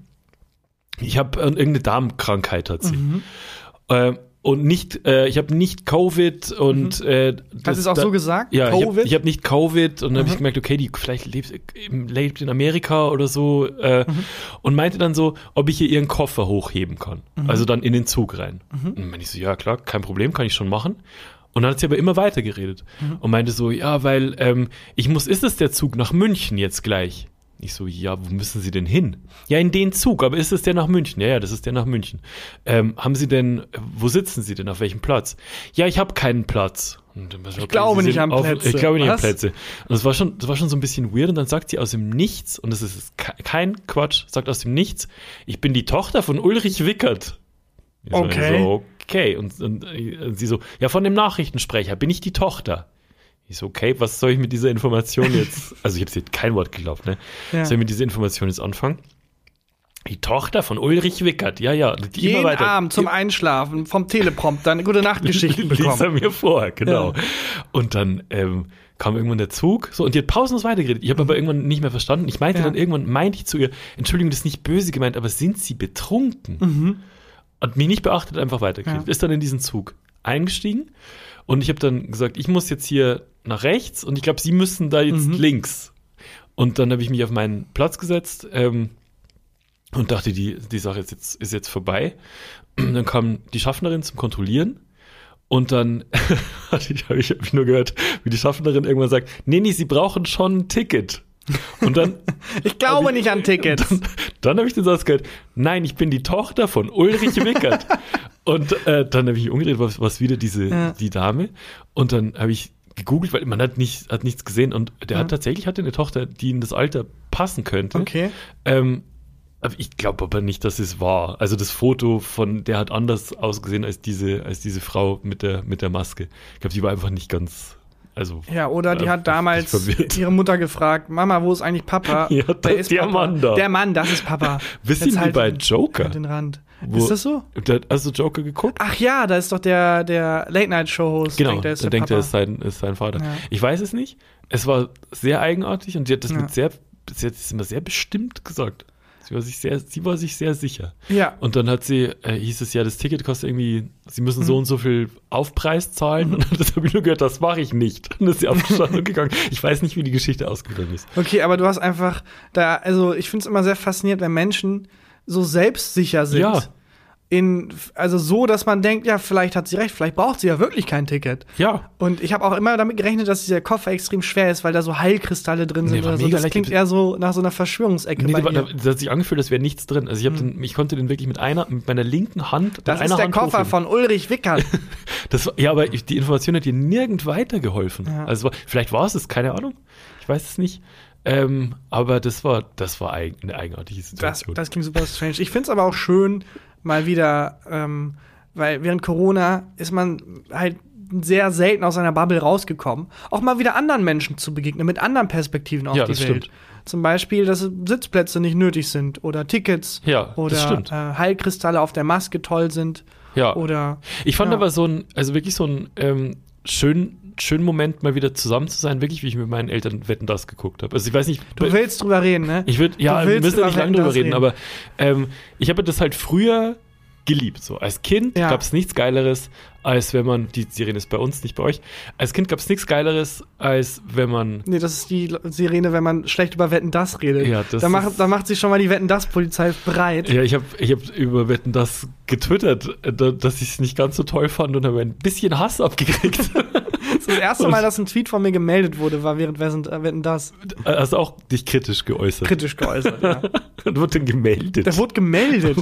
ich habe äh, irgendeine Darmkrankheit hat sie. Mhm. Äh, und nicht, äh, ich habe nicht Covid und Mhm. äh, Hast du es auch da- so gesagt? ja, ich habe Covid? ich hab nicht Covid und dann habe Mhm. ich gemerkt, okay, die vielleicht lebt, lebt in Amerika oder so äh, Mhm. und meinte dann so, ob ich ihr ihren Koffer hochheben kann. Mhm. Also dann in den Zug rein. Mhm. Und dann meinte ich so, ja klar, kein Problem, kann ich schon machen. Und dann hat sie aber immer weiter geredet Mhm. und meinte so, ja, weil ähm, ich muss, ist es der Zug nach München jetzt gleich? Ich so, ja, wo müssen Sie denn hin? Ja, in den Zug, aber ist es der nach München? Ja, ja, das ist der nach München. Ähm, haben Sie denn, wo sitzen Sie denn, auf welchem Platz? Ja, ich habe keinen Platz. Und dann war so, Ich okay, glaube Sie nicht sind an auf- Plätze. Ich glaube nicht Was? an Plätze. Und das war schon, das war schon so ein bisschen weird und dann sagt sie aus dem Nichts, und das ist ke- kein Quatsch, sagt aus dem Nichts, ich bin die Tochter von Ulrich Wickert. Ich so, Okay. So, okay. Und, und, und sie so, ja, von dem Nachrichtensprecher bin ich die Tochter. Ich so, okay, was soll ich mit dieser Information jetzt, also ich habe jetzt kein Wort geglaubt, ne? Ja. Soll ich mit dieser Information jetzt anfangen? Die Tochter von Ulrich Wickert, ja, ja. Die Jeden immer weiter, Abend zum Einschlafen vom Teleprompter eine gute Nachtgeschichten liest er bekommen. mir vor, genau. Ja. Und dann ähm, kam irgendwann der Zug, so, und die hat pausenlos weitergeredet. Ich habe aber irgendwann nicht mehr verstanden. Ich meinte Ja. dann irgendwann, meinte ich zu ihr, Entschuldigung, das ist nicht böse gemeint, aber sind Sie betrunken? Mhm. Hat mich nicht beachtet, einfach weitergeredet. Ja. Ist dann in diesen Zug eingestiegen und ich habe dann gesagt, ich muss jetzt hier nach rechts und ich glaube, Sie müssen da jetzt Mhm. links. Und dann habe ich mich auf meinen Platz gesetzt ähm, und dachte, die, die Sache ist jetzt, ist jetzt vorbei. Und dann kam die Schaffnerin zum Kontrollieren und dann habe ich, hab ich hab ich nur gehört, wie die Schaffnerin irgendwann sagt, nee, nee, Sie brauchen schon ein Ticket. Und dann Ich glaube hab ich- nicht an Tickets. Dann, dann habe ich den Satz gehört, nein, ich bin die Tochter von Ulrich Wickert. Und äh, dann habe ich mich umgedreht, was, was wieder diese, Ja. die Dame. Und dann habe ich gegoogelt, weil man hat, nicht, hat nichts gesehen. Und der Ja. hat tatsächlich hatte eine Tochter, die in das Alter passen könnte. Okay. Ähm, aber ich glaube aber nicht, dass es war. Also das Foto von der hat anders ausgesehen als diese, als diese Frau mit der, mit der Maske. Ich glaube, die war einfach nicht ganz. Also, Ja, oder die äh, hat damals verwirrt. ihre Mutter gefragt, Mama, wo ist eigentlich Papa? Ja, Der das- ist der Papa. Mann da. Der Mann, das ist Papa. Bisschen Jetzt wie halt bei den- Joker. halt Den Rand. Wo- Ist das so? Der, hast du Joker geguckt? Ach ja, da ist doch der, der Late-Night-Show-Host. Genau, denkt, er ist dann der denkt er, Papa. es ist sein, ist sein Vater. Ja. Ich weiß es nicht. Es war sehr eigenartig und sie hat das Ja. mit sehr, sie hat es immer sehr bestimmt gesagt. Sie war sich sehr, sie war sich sehr sicher. Ja. Und dann hat sie, äh, hieß es ja, das Ticket kostet irgendwie, sie müssen Mhm. so und so viel Aufpreis zahlen. Und das habe ich nur gehört, das mache ich nicht. Und dann ist sie aufgestanden und gegangen. Ich weiß nicht, wie die Geschichte ausgegangen ist. Okay, aber du hast einfach da, also ich finde es immer sehr faszinierend, wenn Menschen so selbstsicher sind Ja. in, also so, dass man denkt, ja, vielleicht hat sie recht, vielleicht braucht sie ja wirklich kein Ticket. Ja. Und ich habe auch immer damit gerechnet, dass dieser Koffer extrem schwer ist, weil da so Heilkristalle drin sind Nee, war oder so. mega Das leicht. klingt eher so nach so einer Verschwörungsecke Nee, bei da, da, ihr. das hat sich angefühlt, als wäre nichts drin. Also ich, hab den, ich konnte den wirklich mit einer, mit meiner linken Hand, Das mit ist einer der Hand Koffer hochheben. von Ulrich Wickert. Das war, ja, aber ich, die Information hat dir nirgend weitergeholfen. Ja. Also vielleicht war es es, keine Ahnung. Ich weiß es nicht. Ähm, aber das war, das war eig- eine eigenartige Das, Situation. das klingt super strange. Ich finde es aber auch schön, mal wieder, ähm, weil während Corona ist man halt sehr selten aus seiner Bubble rausgekommen, auch mal wieder anderen Menschen zu begegnen, mit anderen Perspektiven auf Ja, die das Welt. stimmt. Zum Beispiel, dass Sitzplätze nicht nötig sind oder Tickets Ja, das oder stimmt. äh, Heilkristalle auf der Maske toll sind. ja. Oder Ich fand ja. aber so ein, also wirklich so ein ähm, schön, schönen Moment, mal wieder zusammen zu sein, wirklich, wie ich mit meinen Eltern Wetten, das geguckt habe. Also ich weiß nicht. Du willst drüber reden, ne? Ich würde, ja, Du wir willst müssen ja über nicht lange Wetten, drüber das reden, reden. aber ähm, ich habe das halt früher geliebt. So als Kind Ja. gab es nichts Geileres, als wenn man, die Sirene ist bei uns, nicht bei euch, als Kind gab es nichts Geileres, als wenn man Nee, das ist die Sirene, wenn man schlecht über Wetten, das redet. Ja, das da, macht, ist- da macht sich schon mal die Wetten, das Polizei breit. Ja, ich habe ich hab über Wetten das getwittert, äh, da- dass ich es nicht ganz so toll fand und habe ein bisschen Hass abgekriegt. Das, ist das erste Mal, dass ein Tweet von mir gemeldet wurde, war während Wetten, Wetten das Hast du auch dich kritisch geäußert. kritisch geäußert. Ja. Und wurde dann gemeldet. Der wurde gemeldet.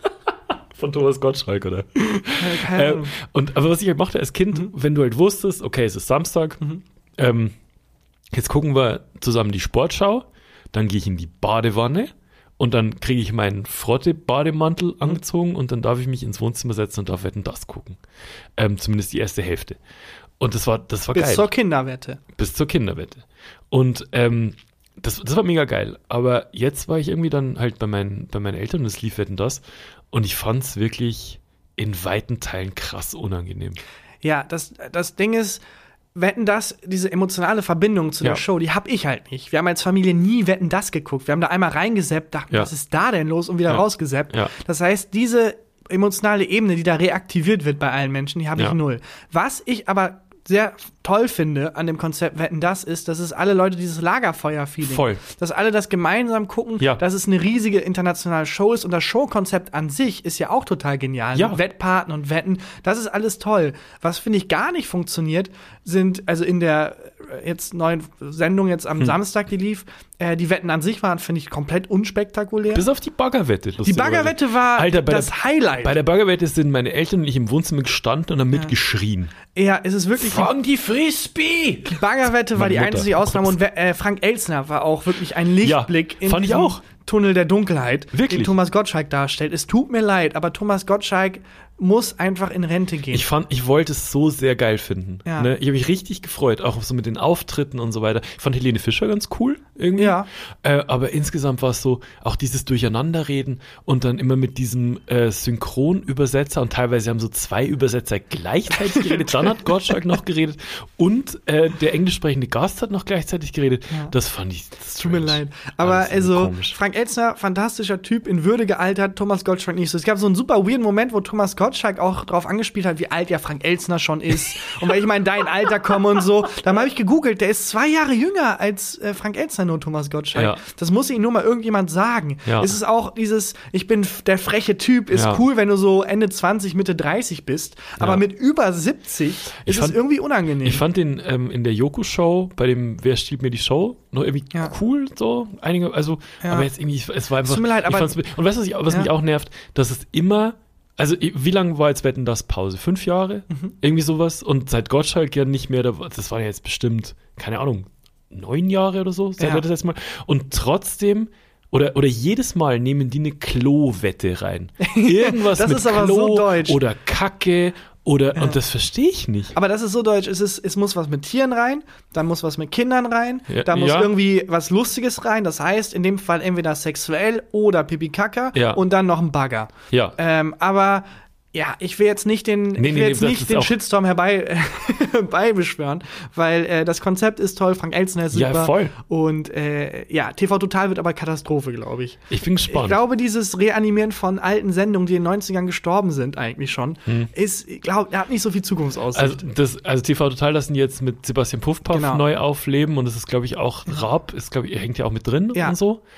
Von Thomas Gottschalk, oder? Äh, Keine Äh, Ahnung. und aber was ich halt mochte als Kind, Mhm. wenn du halt wusstest, okay, es ist Samstag, ähm, jetzt gucken wir zusammen die Sportschau, dann gehe ich in die Badewanne und dann kriege ich meinen Frotte-Bademantel Mhm. angezogen und dann darf ich mich ins Wohnzimmer setzen und darf Wetten, das gucken. Ähm, zumindest die erste Hälfte. Und das war, das war Bis geil. zur Kinderwette. Bis zur Kinderwette. Und ähm, das, das war mega geil. Aber jetzt war ich irgendwie dann halt bei meinen, bei meinen Eltern und es lief Wetten, das. Und ich fand es wirklich in weiten Teilen krass unangenehm. Ja, das, das Ding ist, Wetten, das, diese emotionale Verbindung zu Ja. der Show, die hab ich halt nicht. Wir haben als Familie nie Wetten, das geguckt. Wir haben da einmal reingesappt, dachten, Ja. was ist da denn los und wieder Ja. rausgesappt. Ja. Das heißt, diese emotionale Ebene, die da reaktiviert wird bei allen Menschen, die habe ich Ja. null. Was ich aber sehr toll finde an dem Konzept Wetten, das ist, dass es alle Leute dieses Lagerfeuer-Feeling, Voll. dass alle das gemeinsam gucken, Ja. dass es eine riesige internationale Show ist und das Showkonzept an sich ist ja auch total genial. Ja. Mit Wettpaten und Wetten, das ist alles toll. Was finde ich gar nicht funktioniert, sind, also in der äh, jetzt neuen Sendung jetzt am Hm. Samstag, die lief, äh, die Wetten an sich waren, finde ich, komplett unspektakulär. Bis auf die Baggerwette. Die lustigerweise. Baggerwette war Alter, bei das der, Highlight. Bei der Baggerwette sind meine Eltern und ich im Wohnzimmer gestanden und haben mitgeschrien. ja, es ist wirklich Fang die Frisbee! Die Baggerwette war Meine die Mutter. einzige Ausnahme und We- äh, Frank Elstner war auch wirklich ein Lichtblick Ja, fand ich diesem auch. Tunnel der Dunkelheit, Wirklich. den Thomas Gottschalk darstellt. Es tut mir leid, aber Thomas Gottschalk muss einfach in Rente gehen. Ich fand, ich wollte es so sehr geil finden. Ja. Ne? Ich habe mich richtig gefreut, auch so mit den Auftritten und so weiter. Ich fand Helene Fischer ganz cool irgendwie. Ja. Äh, aber insgesamt war es so, auch dieses Durcheinanderreden und dann immer mit diesem äh, Synchronübersetzer und teilweise haben so zwei Übersetzer gleichzeitig geredet. Dann hat Gottschalk noch geredet und äh, der englisch sprechende Gast hat noch gleichzeitig geredet. Ja. Das fand ich Tut mir leid. Aber Alles irgendwie also, komisch. Frank Elstner, fantastischer Typ, in Würde gealtert, Thomas Gottschalk nicht so. Es gab so einen super weirden Moment, wo Thomas Gottschalk auch drauf angespielt hat, wie alt ja Frank Elstner schon ist. Und weil ich mal in dein Alter komme und so. Dann habe ich gegoogelt, der ist zwei Jahre jünger als äh, Frank Elstner, nur Thomas Gottschalk. Ja. Das muss ihm nur mal irgendjemand sagen. Ja. Es ist auch dieses, ich bin f- der freche Typ, ist Ja. cool, wenn du so Ende zwanzig, Mitte dreißig bist. Aber Ja. mit über siebzig Ich ist fand- es irgendwie unangenehm. Ich fand den ähm, in der Joko-Show, bei dem Wer stiehlt mir die Show, noch irgendwie Ja. cool, so einige, also, Ja. aber jetzt irgendwie, es war einfach. Tut mir leid, ich aber- fand's, und weißt du, was, ich, was Ja. mich auch nervt, dass es immer, also i- wie lange war jetzt Wetten, das Pause? Fünf Jahre? Mhm. Irgendwie sowas. Und seit Gottschalk ja nicht mehr, da war- das waren ja jetzt bestimmt, keine Ahnung, neun Jahre oder so, seit Ja. er das letzte Mal. Und trotzdem. Oder, oder jedes Mal nehmen die eine Klo-Wette rein. Irgendwas Das mit ist aber Klo so deutsch. oder Kacke oder, und das verstehe ich nicht. Aber das ist so deutsch. Es, ist, es muss was mit Tieren rein, dann muss was mit Kindern rein, Ja, da muss ja. irgendwie was Lustiges rein. Das heißt, in dem Fall entweder sexuell oder Pipi-Kaka Ja. und dann noch ein Bagger. Ja. Ähm, aber ja, ich will jetzt nicht den, Nee, ich nee, will nee, jetzt das nicht ist den auch- Shitstorm herbei, herbeibeschwören, weil äh, das Konzept ist toll, Frank Elstner ist Ja, super. voll. Und äh, ja, T V Total wird aber Katastrophe, glaube ich. Ich bin gespannt. Ich glaube, dieses Reanimieren von alten Sendungen, die in den neunzigern gestorben sind, eigentlich schon, ist, ich glaube, er hat nicht so viel Zukunftsaussicht. Also, das, also T V Total lassen jetzt mit Sebastian Puffpaff Genau. neu aufleben und das ist, glaube ich, auch Raab, ist, glaube ich, hängt ja auch mit drin Ja. und so.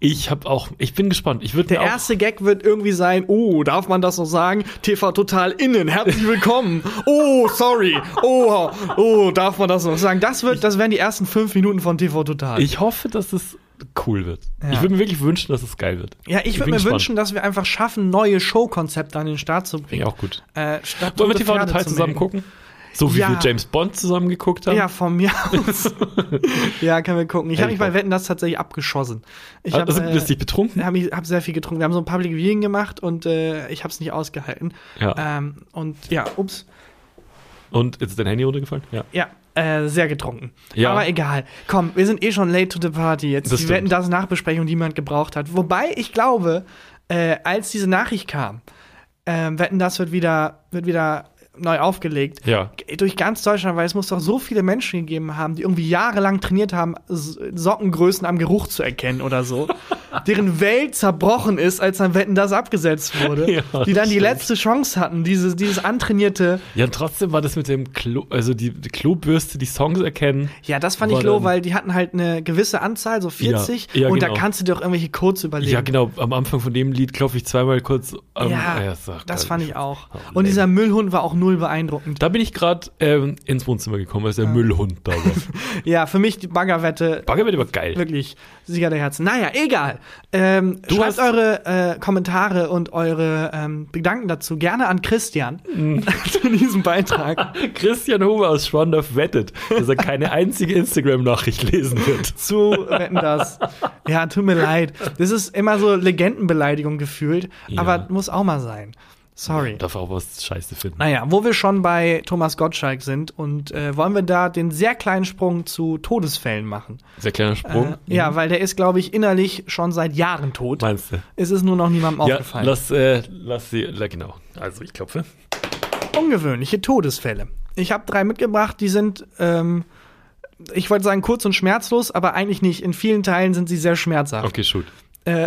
Ich habe auch, ich bin gespannt. Ich Der auch, erste Gag wird irgendwie sein, oh, darf man das noch sagen? T V Total innen, herzlich willkommen. Oh, sorry. Oh, oh, darf man das noch sagen? Das wird, das wären die ersten fünf Minuten von T V Total. Ich hoffe, dass es cool wird. Ja. Ich würde mir wirklich wünschen, dass es geil wird. Ja, ich würde mir gespannt. wünschen, dass wir einfach schaffen, neue Showkonzepte an den Start zu bringen. Ja, auch gut. Äh, statt Wollen wir tote T V Pferde Total zu zusammen melken. gucken? So wie Ja. wir James Bond zusammen geguckt haben? Ja, von mir aus. Ja, können wir gucken. Ich habe Hätte mich ich bei Bock. Wetten das tatsächlich abgeschossen. Ich habe also, äh, bist du dich betrunken? hab, ich, hab sehr viel getrunken. Wir haben so ein Public Viewing gemacht und äh, ich habe es nicht ausgehalten. Ja. Ähm, und ja, ups. Und jetzt ist dein Handy runtergefallen? Ja. Ja, äh, sehr getrunken. Ja. Aber egal. Komm, wir sind eh schon late to the party jetzt. Das Die stimmt. Wetten das Nachbesprechung, die man gebraucht hat. Wobei ich glaube, äh, als diese Nachricht kam, äh, Wetten das wird wieder, wird wieder neu aufgelegt. Ja. Durch ganz Deutschland, weil es muss doch so viele Menschen gegeben haben, die irgendwie jahrelang trainiert haben, S- Sockengrößen am Geruch zu erkennen oder so. Deren Welt zerbrochen ist, als dann Wetten das abgesetzt wurde. Ja, die dann die stimmt. letzte Chance hatten, dieses, dieses antrainierte. Ja, und trotzdem war das mit dem Klo, also die, die Klobürste, die Songs erkennen. Ja, das fand War ich low, dann- weil die hatten halt eine gewisse Anzahl, so vierzig. Ja, ja, und genau. da kannst du dir auch irgendwelche Codes überlegen. Ja, genau. Am Anfang von dem Lied klopfe ich zweimal kurz. Ähm, Ja, äh, sag, das äh, fand ich auch. oh, Und lame. dieser Müllhund war auch null beeindruckend. Da bin ich gerade ähm, ins Wohnzimmer gekommen, als der Müllhund da war. Ja, für mich die Baggerwette. Bagger wird aber geil. Wirklich Sieger der Herzen. Naja, egal. Ähm, Du schreibt hast- eure äh, Kommentare und eure ähm, Gedanken dazu gerne an Christian Mhm. zu diesem Beitrag. Christian Huber aus Schwandorf wettet, dass er keine einzige Instagram-Nachricht lesen wird. Zu Wetten das. Ja, tut mir leid. Das ist immer so Legendenbeleidigung gefühlt, Ja. aber muss auch mal sein. Sorry. Darf auch was Scheiße finden. Naja, wo wir schon bei Thomas Gottschalk sind und äh, wollen wir da den sehr kleinen Sprung zu Todesfällen machen. Sehr kleiner Sprung. Äh, ja, weil der ist, glaube ich, innerlich schon seit Jahren tot. Meinst du? Es ist nur noch niemandem Ja, aufgefallen. lass, äh, lass sie, la, genau. Also ich klopfe. Ungewöhnliche Todesfälle. Ich habe drei mitgebracht, die sind, ähm, ich wollte sagen kurz und schmerzlos, aber eigentlich nicht. In vielen Teilen sind sie sehr schmerzhaft. Okay, shoot. Äh,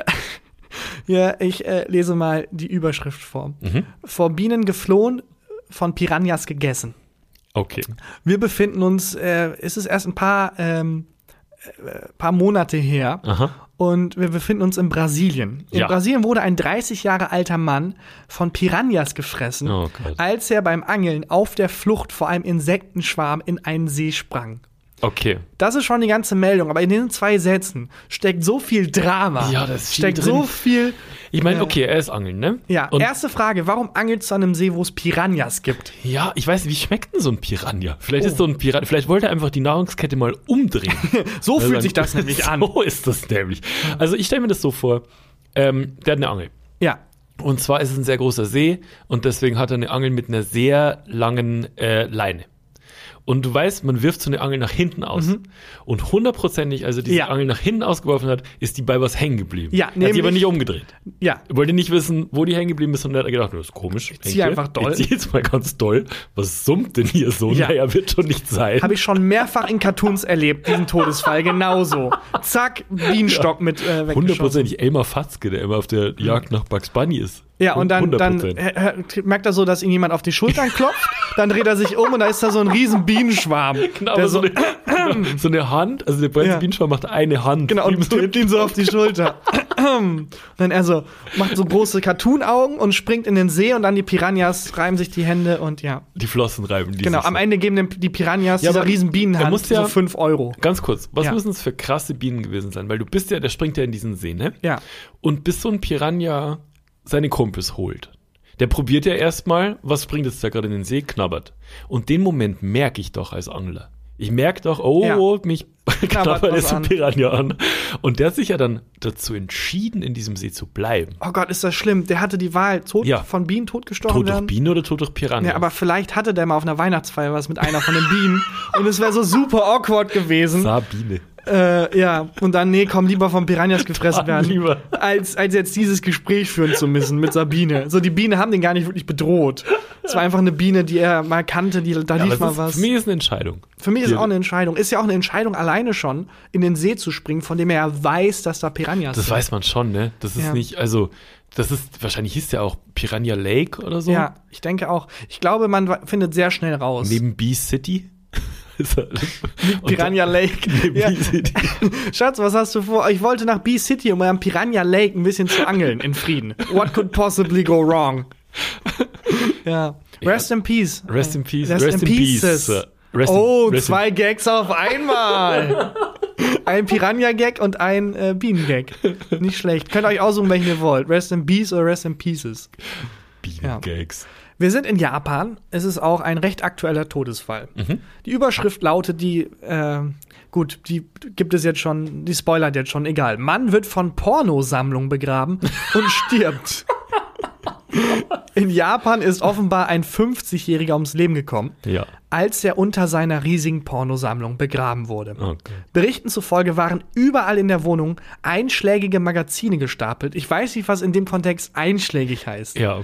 ja, ich äh, lese mal die Überschrift vor. Mhm. Vor Bienen geflohen, von Piranhas gegessen. Okay. Wir befinden uns, äh, es ist erst ein paar, ähm, äh, paar Monate her. Aha. Und wir befinden uns in Brasilien. In Ja. Brasilien wurde ein dreißig Jahre alter Mann von Piranhas gefressen, Oh Gott. als er beim Angeln auf der Flucht vor einem Insektenschwarm in einen See sprang. Okay. Das ist schon die ganze Meldung, aber in den zwei Sätzen steckt so viel Drama. Ja, das ist viel steckt drin. so viel. Ich meine, äh, okay, er ist angeln, ne? Ja, Und erste Frage, warum angelst du an einem See, wo es Piranhas gibt? ja, ich weiß nicht, wie schmeckt denn so ein Piranha? Vielleicht Oh. ist so ein Piranha, vielleicht wollte er einfach die Nahrungskette mal umdrehen. So Also fühlt dann- sich das nämlich an. So ist das nämlich. Also ich stelle mir das so vor, ähm, der hat eine Angel. Ja, Und zwar ist es ein sehr großer See und deswegen hat er eine Angel mit einer sehr langen äh, Leine. Und du weißt, man wirft so eine Angel nach hinten aus. Und hundertprozentig, als er diese Mhm. Ja. Angel nach hinten ausgeworfen hat, ist die bei was hängen geblieben. Ja, hat die aber nämlich- nicht umgedreht. ja. Er wollte nicht wissen, wo die hängen geblieben ist und er hat gedacht, das ist komisch. Ich zieh einfach doll. Ich zieh jetzt mal ganz doll. Was summt denn hier so? Ja. Naja, wird schon nicht sein. Habe ich schon mehrfach in Cartoons erlebt, diesen Todesfall, genauso. Zack, Bienenstock mit äh, weggeschossen. Hundertprozentig Elmar Fatzke, der immer auf der Jagd nach Bugs Bunny ist. Ja, und dann, dann hundert Prozent. äh, äh, merkt er so, dass ihn jemand auf die Schultern klopft, dann dreht er sich um und da ist da so ein riesen Bienenschwarm. Genau, der aber so, so, eine, so eine Hand, also der ganze Ja. Bienenschwarm macht eine Hand. genau, Ihm und tippt ihn so auf die Schulter. Und dann er so, macht so große Cartoon-Augen und springt in den See und dann die Piranhas reiben sich die Hände und ja. Die Flossen reiben. Die Genau, sich am so. Ende geben dem die Piranhas Ja, dieser aber riesen er Bienenhand muss ja- so fünf Euro. Ganz kurz, was Ja. müssen es für krasse Bienen gewesen sein? Weil du bist ja, der springt ja in diesen See, ne? Ja. Und bis so ein Piranha seine Kumpels holt. Der probiert ja erstmal, was springt jetzt da gerade in den See, knabbert. Und den Moment merke ich doch als Angler. Ich merke doch, oh, Ja. mich Knabbert knabbert was jetzt ein an. Piranha an. Und der hat sich ja dann dazu entschieden, in diesem See zu bleiben. Oh Gott, ist das schlimm. Der hatte die Wahl, tot Ja. von Bienen totgestochen Tot durch werden. Bienen oder tot durch Piranha? Ja, aber vielleicht hatte der mal auf einer Weihnachtsfeier was mit einer von den Bienen und es wäre so super awkward gewesen. Sabine. Äh, ja, und dann, nee, komm, lieber von Piranhas gefressen Ah, werden, lieber. als, als jetzt dieses Gespräch führen zu müssen mit Sabine. So, die Biene haben den gar nicht wirklich bedroht. Es war einfach eine Biene, die er mal kannte, die, da Ja, lief aber mal es ist, was. für mich ist eine Entscheidung. Für mich ist es Ja. auch eine Entscheidung. Ist ja auch eine Entscheidung, alleine schon in den See zu springen, von dem er ja weiß, dass da Piranhas Das sind. weiß man schon, ne? Das ist Ja. nicht, also, das ist, wahrscheinlich hieß der auch Piranha Lake oder so. Ja, ich denke auch. Ich glaube, man wa- findet sehr schnell raus. Neben Bee City. Piranha Lake. Ja. Schatz, was hast du vor? Ich wollte nach B-City, um am Piranha Lake ein bisschen zu angeln in Frieden. What could possibly go wrong? Ja. Rest ja. in Peace. Rest in Peace. Rest, Rest in, in Pieces. Peace. Rest oh, in, zwei Gags auf einmal. Ein Piranha-Gag und ein äh, Bienen-Gag. Nicht schlecht. Könnt ihr euch aussuchen, welchen ihr wollt. Rest in Peace oder Rest in Pieces. Bienen-Gags. Ja. Wir sind in Japan. Es ist auch ein recht aktueller Todesfall. Mhm. Die Überschrift lautet, die, äh, gut, die gibt es jetzt schon, die spoilert jetzt schon, egal. Mann wird von Pornosammlung begraben und stirbt. In Japan ist offenbar ein fünfzigjähriger ums Leben gekommen, ja. als er unter seiner riesigen Pornosammlung begraben wurde. Okay. Berichten zufolge waren überall in der Wohnung einschlägige Magazine gestapelt. Ich weiß nicht, was in dem Kontext einschlägig heißt. Ja,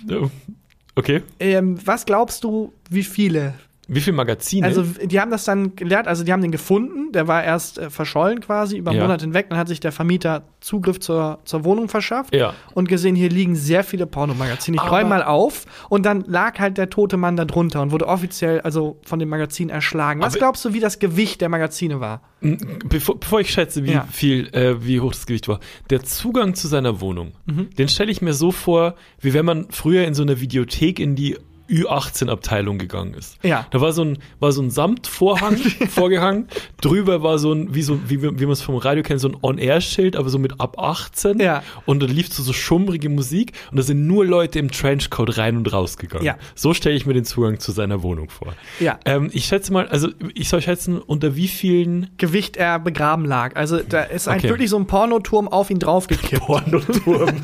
okay. Ähm, was glaubst du, wie viele? Wie viele Magazine? Also, die haben das dann gelehrt, also die haben den gefunden, der war erst äh, verschollen quasi über einen ja. Monat hinweg, dann hat sich der Vermieter Zugriff zur, zur Wohnung verschafft ja. und gesehen, hier liegen sehr viele Pornomagazine. Ich Aber räume mal auf und dann lag halt der tote Mann da drunter und wurde offiziell also von dem Magazin erschlagen. Was Aber glaubst du, wie das Gewicht der Magazine war? Bevor, bevor ich schätze, wie ja. viel, äh, wie hoch das Gewicht war, der Zugang zu seiner Wohnung, mhm. den stelle ich mir so vor, wie wenn man früher in so einer Videothek in die Ü achtzehn Abteilung gegangen ist. Ja. Da war so ein, war so ein Samtvorhang vorgehangen. Drüber war so ein, wie so, wie, wie man es vom Radio kennt, so ein On-Air-Schild, aber so mit ab achtzehn. Ja. Und da lief so, so schummrige Musik und da sind nur Leute im Trenchcoat rein und raus gegangen. Ja. So stelle ich mir den Zugang zu seiner Wohnung vor. Ja. Ähm, ich schätze mal, also ich soll schätzen, unter wie vielen Gewicht er begraben lag. Also da ist Okay. halt wirklich so ein Pornoturm auf ihn draufgekippt. Pornoturm.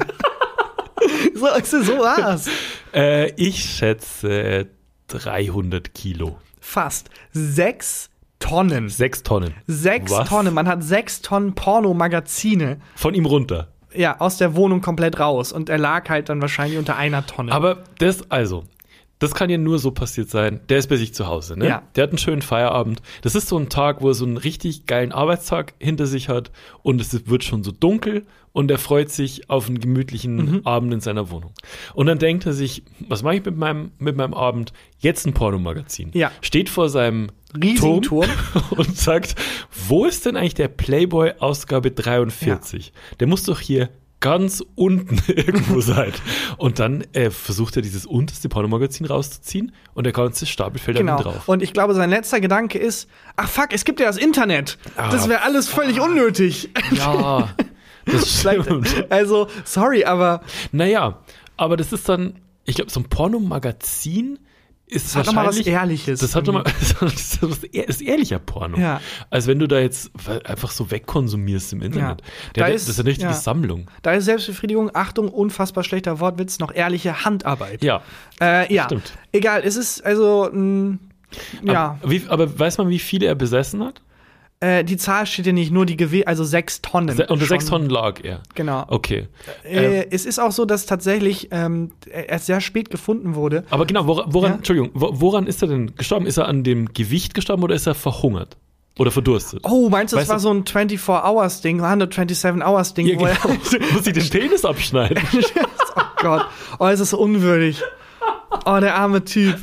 so, so war's. äh, ich schätze dreihundert Kilo. Fast. Sechs Tonnen. Sechs Tonnen. Sechs Was? Tonnen. Man hat sechs Tonnen Pornomagazine. Von ihm runter. Ja, aus der Wohnung komplett raus. Und er lag halt dann wahrscheinlich unter einer Tonne. Aber das, also, das kann ja nur so passiert sein. Der ist bei sich zu Hause, ne? Ja. Der hat einen schönen Feierabend. Das ist so ein Tag, wo er so einen richtig geilen Arbeitstag hinter sich hat und es wird schon so dunkel und er freut sich auf einen gemütlichen Mhm. Abend in seiner Wohnung. Und dann denkt er sich, was mache ich mit meinem, mit meinem Abend? Jetzt ein Pornomagazin. Ja. Steht vor seinem Riesigen Turm, Turm. und sagt, wo ist denn eigentlich der Playboy Ausgabe dreiundvierzig? Ja. Der muss doch hier ganz unten irgendwo sein. Und dann äh, versucht er dieses unterste Pornomagazin rauszuziehen und der ganze Stapel fällt Genau. dann drauf. Und ich glaube, sein letzter Gedanke ist, ach fuck, es gibt ja das Internet. Ah, das wäre alles völlig unnötig. Ja, das stimmt. Also, sorry, aber Naja, aber das ist dann, ich glaube, so ein Pornomagazin ist das hat doch mal was wahrscheinlich Ehrliches. Das hat doch mal, das ist, das ist ehrlicher Porno. Ja. Als wenn du da jetzt einfach so wegkonsumierst im Internet. Ja. Der, Da der, ist- das ist eine richtige ja. Sammlung. Da ist Selbstbefriedigung, Achtung, unfassbar schlechter Wortwitz, noch ehrliche Handarbeit. Ja. Äh, ja. Stimmt. Egal, es ist also, mh, ja, Aber, wie, aber weiß man, wie viele er besessen hat? äh, die Zahl steht hier nicht, nur die Gewicht, also sechs Tonnen. Se- Unter Schon. sechs Tonnen lag er. Genau. Okay. Äh, Ähm, es ist auch so, dass tatsächlich ähm, er erst sehr spät gefunden wurde. aber genau, woran, woran Ja. Entschuldigung, wo- woran ist er denn gestorben? Ist er an dem Gewicht gestorben oder ist er verhungert? Oder verdurstet? Oh, meinst du, das Weißt war du- so ein vierundzwanzig-Hours-Ding, hundertsiebenundzwanzig-Hours-Ding? Ja, wo er- genau. Muss ich den Penis abschneiden? Oh Gott, oh, es ist so unwürdig. Oh, der arme Typ.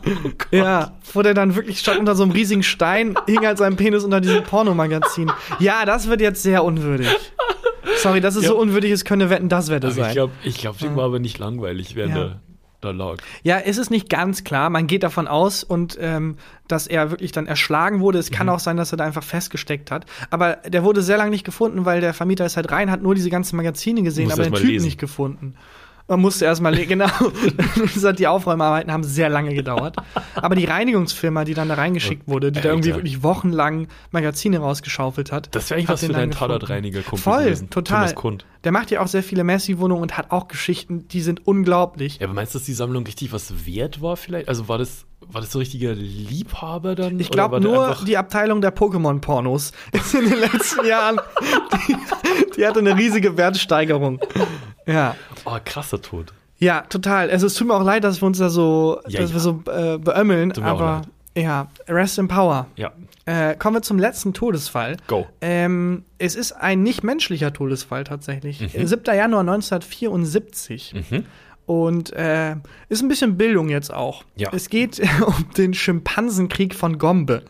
Ja, wo der dann wirklich stand unter so einem riesigen Stein, hing halt sein Penis unter diesem Pornomagazin. Ja, das wird jetzt sehr unwürdig. Sorry, dass es Ja. so unwürdig ist, könnte Wetten, das Wette Aber sein. ich glaube, ich glaub, dem war aber nicht langweilig, während Ja. er da lag. Ja, es ist nicht ganz klar. Man geht davon aus, und ähm, dass er wirklich dann erschlagen wurde. Es Mhm. kann auch sein, dass er da einfach festgesteckt hat. Aber der wurde sehr lange nicht gefunden, weil der Vermieter ist halt rein, hat nur diese ganzen Magazine gesehen, Muss aber erst den mal Typen lesen. nicht gefunden. Man musste erstmal lesen, genau. Das hat die Aufräumarbeiten haben sehr lange gedauert. Aber die Reinigungsfirma, die dann da reingeschickt wurde, die da irgendwie Alter. wirklich wochenlang Magazine rausgeschaufelt hat. Das wäre eigentlich hat was den für dann deinen gefunden. Tatortreiniger-Kumpel Voll, gewesen. total. Thomas Kund. Der macht ja auch sehr viele Messi-Wohnungen und hat auch Geschichten, die sind unglaublich. Ja, aber meinst du, dass die Sammlung richtig was wert war vielleicht? Also war das, war das so ein richtiger Liebhaber dann? Ich Oder glaube war der nur einfach- die Abteilung der Pokémon-Pornos ist in den letzten Jahren, die, die hatte eine riesige Wertsteigerung. Ja. Oh, krasser Tod. Ja, total. Also es tut mir auch leid, dass wir uns da so, Ja, dass ja. wir so äh, beömmeln, Tut mir auch aber leid. ja, rest in power. Ja, Äh, kommen wir zum letzten Todesfall. go. Ähm, es ist ein nicht menschlicher Todesfall tatsächlich. Mhm. siebter Januar neunzehnhundertvierundsiebzig. Mhm. Und äh, ist ein bisschen Bildung jetzt auch. Ja. Es geht um den Schimpansenkrieg von Gombe.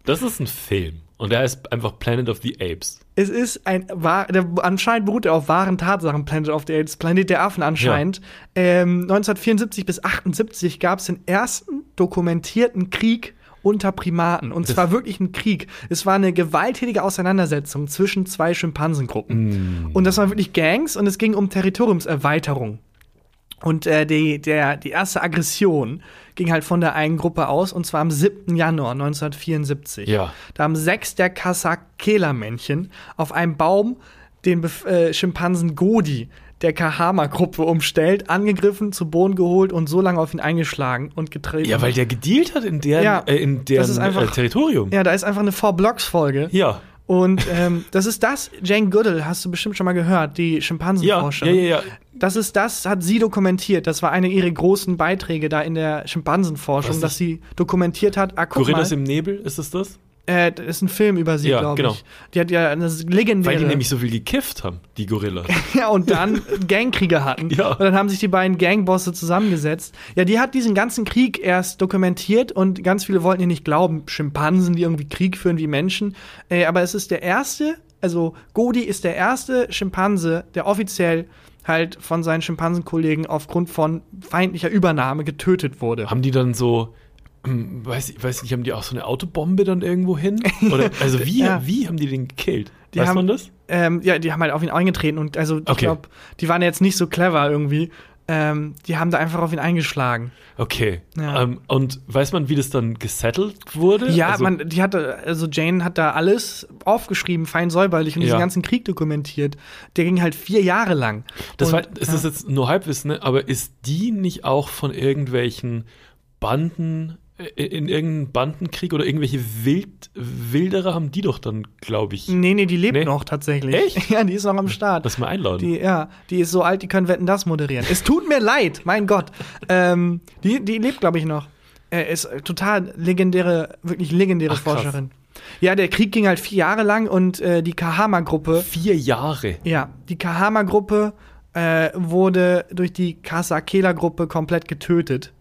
Das ist ein Film. Und der heißt einfach Planet of the Apes. Es ist ein, wahr, der, anscheinend beruht er auf wahren Tatsachen, Planet of the Apes, Planet der Affen anscheinend. Ja. Ähm, neunzehnhundertvierundsiebzig bis achtundsiebzig gab es den ersten dokumentierten Krieg unter Primaten. Und das zwar wirklich ein Krieg. Es war eine gewalttätige Auseinandersetzung zwischen zwei Schimpansengruppen. Mm. Und das waren wirklich Gangs und es ging um Territoriumserweiterung. Und äh, die, der, die erste Aggression ging halt von der einen Gruppe aus, und zwar am siebten Januar neunzehnhundertvierundsiebzig. Ja. Da haben sechs der Kasakela-Männchen auf einem Baum den Bef- äh, Schimpansen Godi der Kahama-Gruppe umstellt, angegriffen, zu Boden geholt und so lange auf ihn eingeschlagen und getreten. Ja, weil der gedealt hat in deren, Ja, äh, in deren das ist einfach- äh, Territorium. Ja, da ist einfach eine Four-Blocks-Folge. Ja. Und ähm, das ist das, Jane Goodall, hast du bestimmt schon mal gehört, die Ja, Schimpansenforscherin. ja, ja, ja. Das ist das, hat sie dokumentiert. Das war eine ihrer großen Beiträge da in der Schimpansenforschung, Was dass ich- sie dokumentiert hat. Ah, guck Gorillas mal, im Nebel, ist es das? äh, das ist ein Film über sie, Ja, glaube genau. ich. Die hat ja eine legendäre. Weil die nämlich so viel gekifft haben, die Gorillas. Ja, und dann Gangkriege hatten. Ja. Und dann haben sich die beiden Gangbosse zusammengesetzt. Ja, die hat diesen ganzen Krieg erst dokumentiert und ganz viele wollten ihr nicht glauben, Schimpansen, die irgendwie Krieg führen wie Menschen. Äh, aber es ist der erste, also Godi ist der erste Schimpanse, der offiziell halt von seinen Schimpansenkollegen aufgrund von feindlicher Übernahme getötet wurde. Haben die dann so, hm, weiß ich weiß nicht, haben die auch so eine Autobombe dann irgendwo hin? Oder, also wie, Ja. wie haben die den gekillt? Die Weiß haben, man das? Ähm, ja, die haben halt auf ihn eingetreten und also ich Okay. glaube, die waren jetzt nicht so clever irgendwie. Ähm, die haben da einfach auf ihn eingeschlagen. Okay. Ja. Ähm, und weiß man, wie das dann gesettelt wurde? Ja, also, man, die hatte, also Jane hat da alles aufgeschrieben, fein säuberlich und Ja. diesen ganzen Krieg dokumentiert. Der ging halt vier Jahre lang. das und, war, ist das ja. jetzt nur Halbwissen, ne? Aber ist die nicht auch von irgendwelchen Banden, äh, in irgendeinem Bandenkrieg oder irgendwelche Wild, Wilderer haben die doch dann, glaube ich, Nee, nee, die lebt Nee? noch tatsächlich. Echt? Ja, die ist noch am Start. das mal einladen? Die, ja, die ist so alt, die können Wetten, das moderieren. Es tut mir leid, mein Gott. Ähm, die, die lebt, glaube ich, noch. Äh, ist total legendäre, wirklich legendäre Ach, krass. Forscherin. Ja, der Krieg ging halt vier Jahre lang und äh, die Kahama-Gruppe, Vier Jahre. ja, die Kahama-Gruppe äh, wurde durch die Kasakela-Gruppe komplett getötet.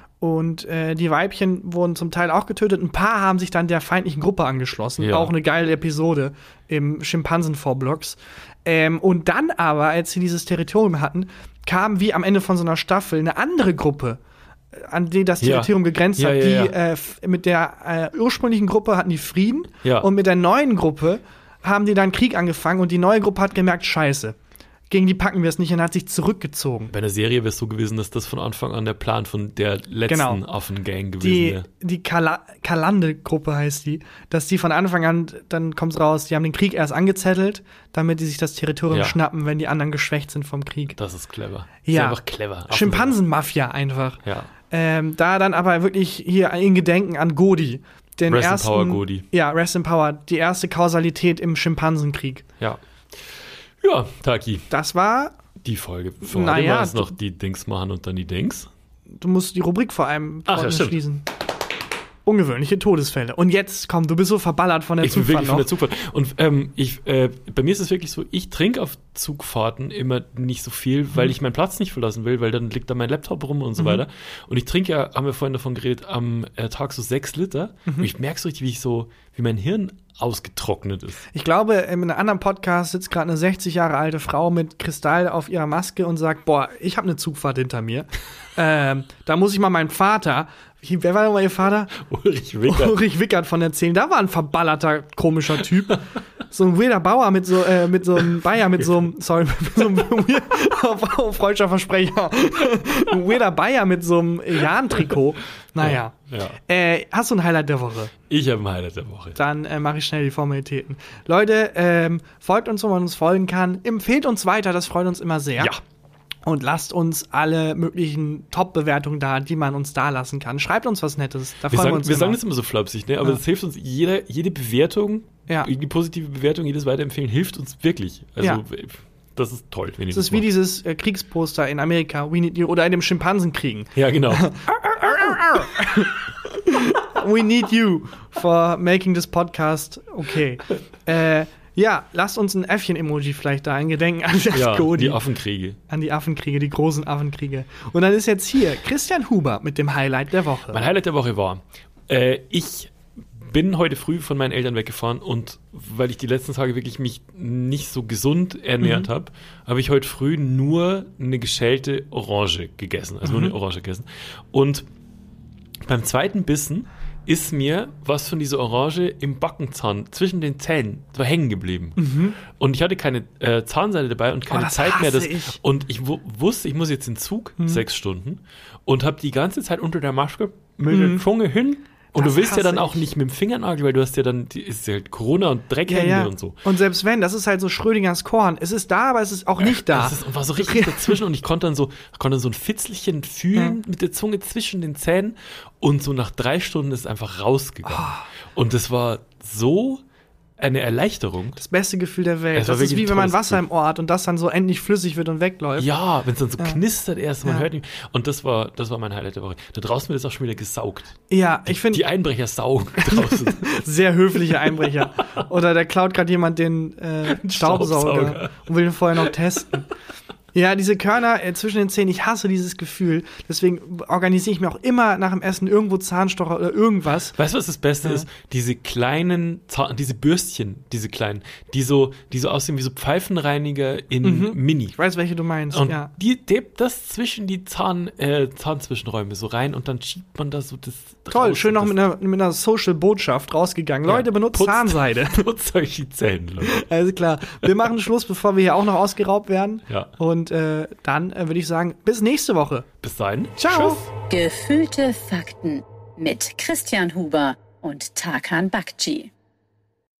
Und äh, die Weibchen wurden zum Teil auch getötet. Ein paar haben sich dann der feindlichen Gruppe angeschlossen. Ja. Auch eine geile Episode im Schimpansen-Four-Blocks. Ähm, und dann aber, als sie dieses Territorium hatten, kam wie am Ende von so einer Staffel eine andere Gruppe, äh, an die das Ja. Territorium gegrenzt Ja, hat. ja, die ja. Äh, f- mit der äh, ursprünglichen Gruppe hatten die Frieden. Ja. Und mit der neuen Gruppe haben die dann Krieg angefangen. Und die neue Gruppe hat gemerkt, scheiße, gegen die packen wir es nicht und hat sich zurückgezogen. Bei der Serie wäre es so gewesen, dass das von Anfang an der Plan von der letzten Genau. Affengang gewesen Die, wäre. die Kala Kalande-Gruppe heißt die, dass die von Anfang an, dann kommt's raus, die haben den Krieg erst angezettelt, damit die sich das Territorium Ja. schnappen, wenn die anderen geschwächt sind vom Krieg. Das ist clever. Ja. Ist einfach clever. Affen- Schimpansenmafia einfach. Ja. Ähm, da dann aber wirklich hier in Gedenken an Godi. Den Rest in ersten, Power, Godi. Ja, Rest in Power. Die erste Kausalität im Schimpansenkrieg. Ja. Ja, Taki. Das war, Die Folge. Vor Naja, allem war es du- noch die Dings machen und dann die Dings. du musst die Rubrik vor allem Ach, ja, stimmt. schließen. Ungewöhnliche Todesfälle. Und jetzt, komm, du bist so verballert von der Ich bin Zugfahrt wirklich von der noch. Zugfahrt. Und ähm, ich, äh, bei mir ist es wirklich so, ich trinke auf Zugfahrten immer nicht so viel, weil Mhm. ich meinen Platz nicht verlassen will, weil dann liegt da mein Laptop rum und so Mhm. weiter. Und ich trinke ja, haben wir vorhin davon geredet, am äh, Tag so sechs Liter. Mhm. Und ich merke so richtig, wie ich so, wie mein Hirn ausgetrocknet ist. Ich glaube, in einem anderen Podcast sitzt gerade eine sechzig Jahre alte Frau mit Kristall auf ihrer Maske und sagt, boah, ich habe eine Zugfahrt hinter mir. ähm, da muss ich mal meinen Vater, wer war denn mal ihr Vater? Ulrich Wickert. Ulrich Wickert von erzählen. Da war ein verballerter, komischer Typ. So ein weirder Bauer mit so, äh, mit so einem Bayer, mit so einem, sorry, mit so einem weird, auf, auf freudscher Versprecher. Ein weirder Bayer mit so einem Jahn-Trikot. Naja. Ja. Äh, hast du ein Highlight der Woche? Ich habe ein Highlight der Woche. Dann äh, mache ich schnell die Formalitäten. Leute, ähm, folgt uns, wo man uns folgen kann. Empfehlt uns weiter, das freut uns immer sehr. Ja. Und lasst uns alle möglichen Top-Bewertungen da, die man uns da lassen kann. Schreibt uns was Nettes. Da Wir freuen wir sagen, uns wir immer. sagen das immer so flapsig, ne? aber Ja. das hilft uns, jede, jede Bewertung, Ja. die positive Bewertung, jedes Weiterempfehlen hilft uns wirklich. Also Ja. das ist toll, wenn ihr Das das ist wie macht. dieses äh, Kriegsposter in Amerika, We Need You, oder in dem Schimpansenkriegen. Ja, genau. We need you for making this podcast okay. Äh, ja, lasst uns ein Äffchen-Emoji vielleicht da in Gedenken an das ja, Godi. die Affenkriege. An die Affenkriege, die großen Affenkriege. Und dann ist jetzt hier Christian Huber mit dem Highlight der Woche. Mein Highlight der Woche war, äh, ich bin heute früh von meinen Eltern weggefahren und weil ich die letzten Tage wirklich mich nicht so gesund ernährt Mhm. habe, habe ich heute früh nur eine geschälte Orange gegessen. Also Mhm. nur eine Orange gegessen. Und beim zweiten Bissen ist mir was von dieser Orange im Backenzahn zwischen den Zähnen war hängen geblieben. Mhm. Und ich hatte keine äh, Zahnseide dabei und keine Oh, das Zeit mehr. hasse Das, ich. und ich wu- wusste, ich muss jetzt in den Zug, Mhm. sechs Stunden, und habe die ganze Zeit unter der Maske mit Mhm. der Zunge hin. Und Das du willst ja dann hasse auch ich. nicht mit dem Fingernagel, weil du hast ja dann, die ist ja halt Corona und Dreckhände und so. Und selbst wenn, das ist halt so Schrödingers Korn. Es ist da, aber es ist auch nicht da. Das ist, und war so richtig dazwischen und ich konnte dann so, konnte dann so ein Fitzelchen fühlen mit der Zunge zwischen den Zähnen und so nach drei Stunden ist es einfach rausgegangen. Oh. Und das war so eine Erleichterung. Das beste Gefühl der Welt. Es war Das ist wirklich wie ein wenn man tolles Wasser Gefühl. im Ohr hat und das dann so endlich flüssig wird und wegläuft. Ja, wenn es dann so Ja. knistert erst, man Ja. hört nicht. Und das war, das war mein Highlight der Woche. Da draußen wird es auch schon wieder gesaugt. Ja, ich finde Die Einbrecher saugen draußen. sehr höfliche Einbrecher. Oder da klaut gerade jemand den äh, Staubsauger Staubsauger. und will ihn vorher noch testen. Ja, diese Körner äh, zwischen den Zähnen, ich hasse dieses Gefühl. Deswegen organisiere ich mir auch immer nach dem Essen irgendwo Zahnstocher oder irgendwas. Weißt du, was das Beste Ja. ist? Diese kleinen, Zahn, diese Bürstchen, diese kleinen, die so, die so aussehen wie so Pfeifenreiniger in Mhm. Mini. Ich weiß, welche du meinst. Und ja. die, die, das zwischen die Zahn, äh, Zahnzwischenräume so rein und dann schiebt man da so das Toll, raus schön noch und mit einer, mit einer Social-Botschaft rausgegangen. Ja. Leute, benutzt Putzt- Zahnseide. das putzt euch die Zähne, Leute. Also klar, wir machen Schluss, bevor wir hier auch noch ausgeraubt werden. Ja. Und äh, dann äh, würde ich sagen, bis nächste Woche. Bis dahin. Ciao. Tschüss. Gefühlte Fakten mit Christian Huber und Tarkan Bakci.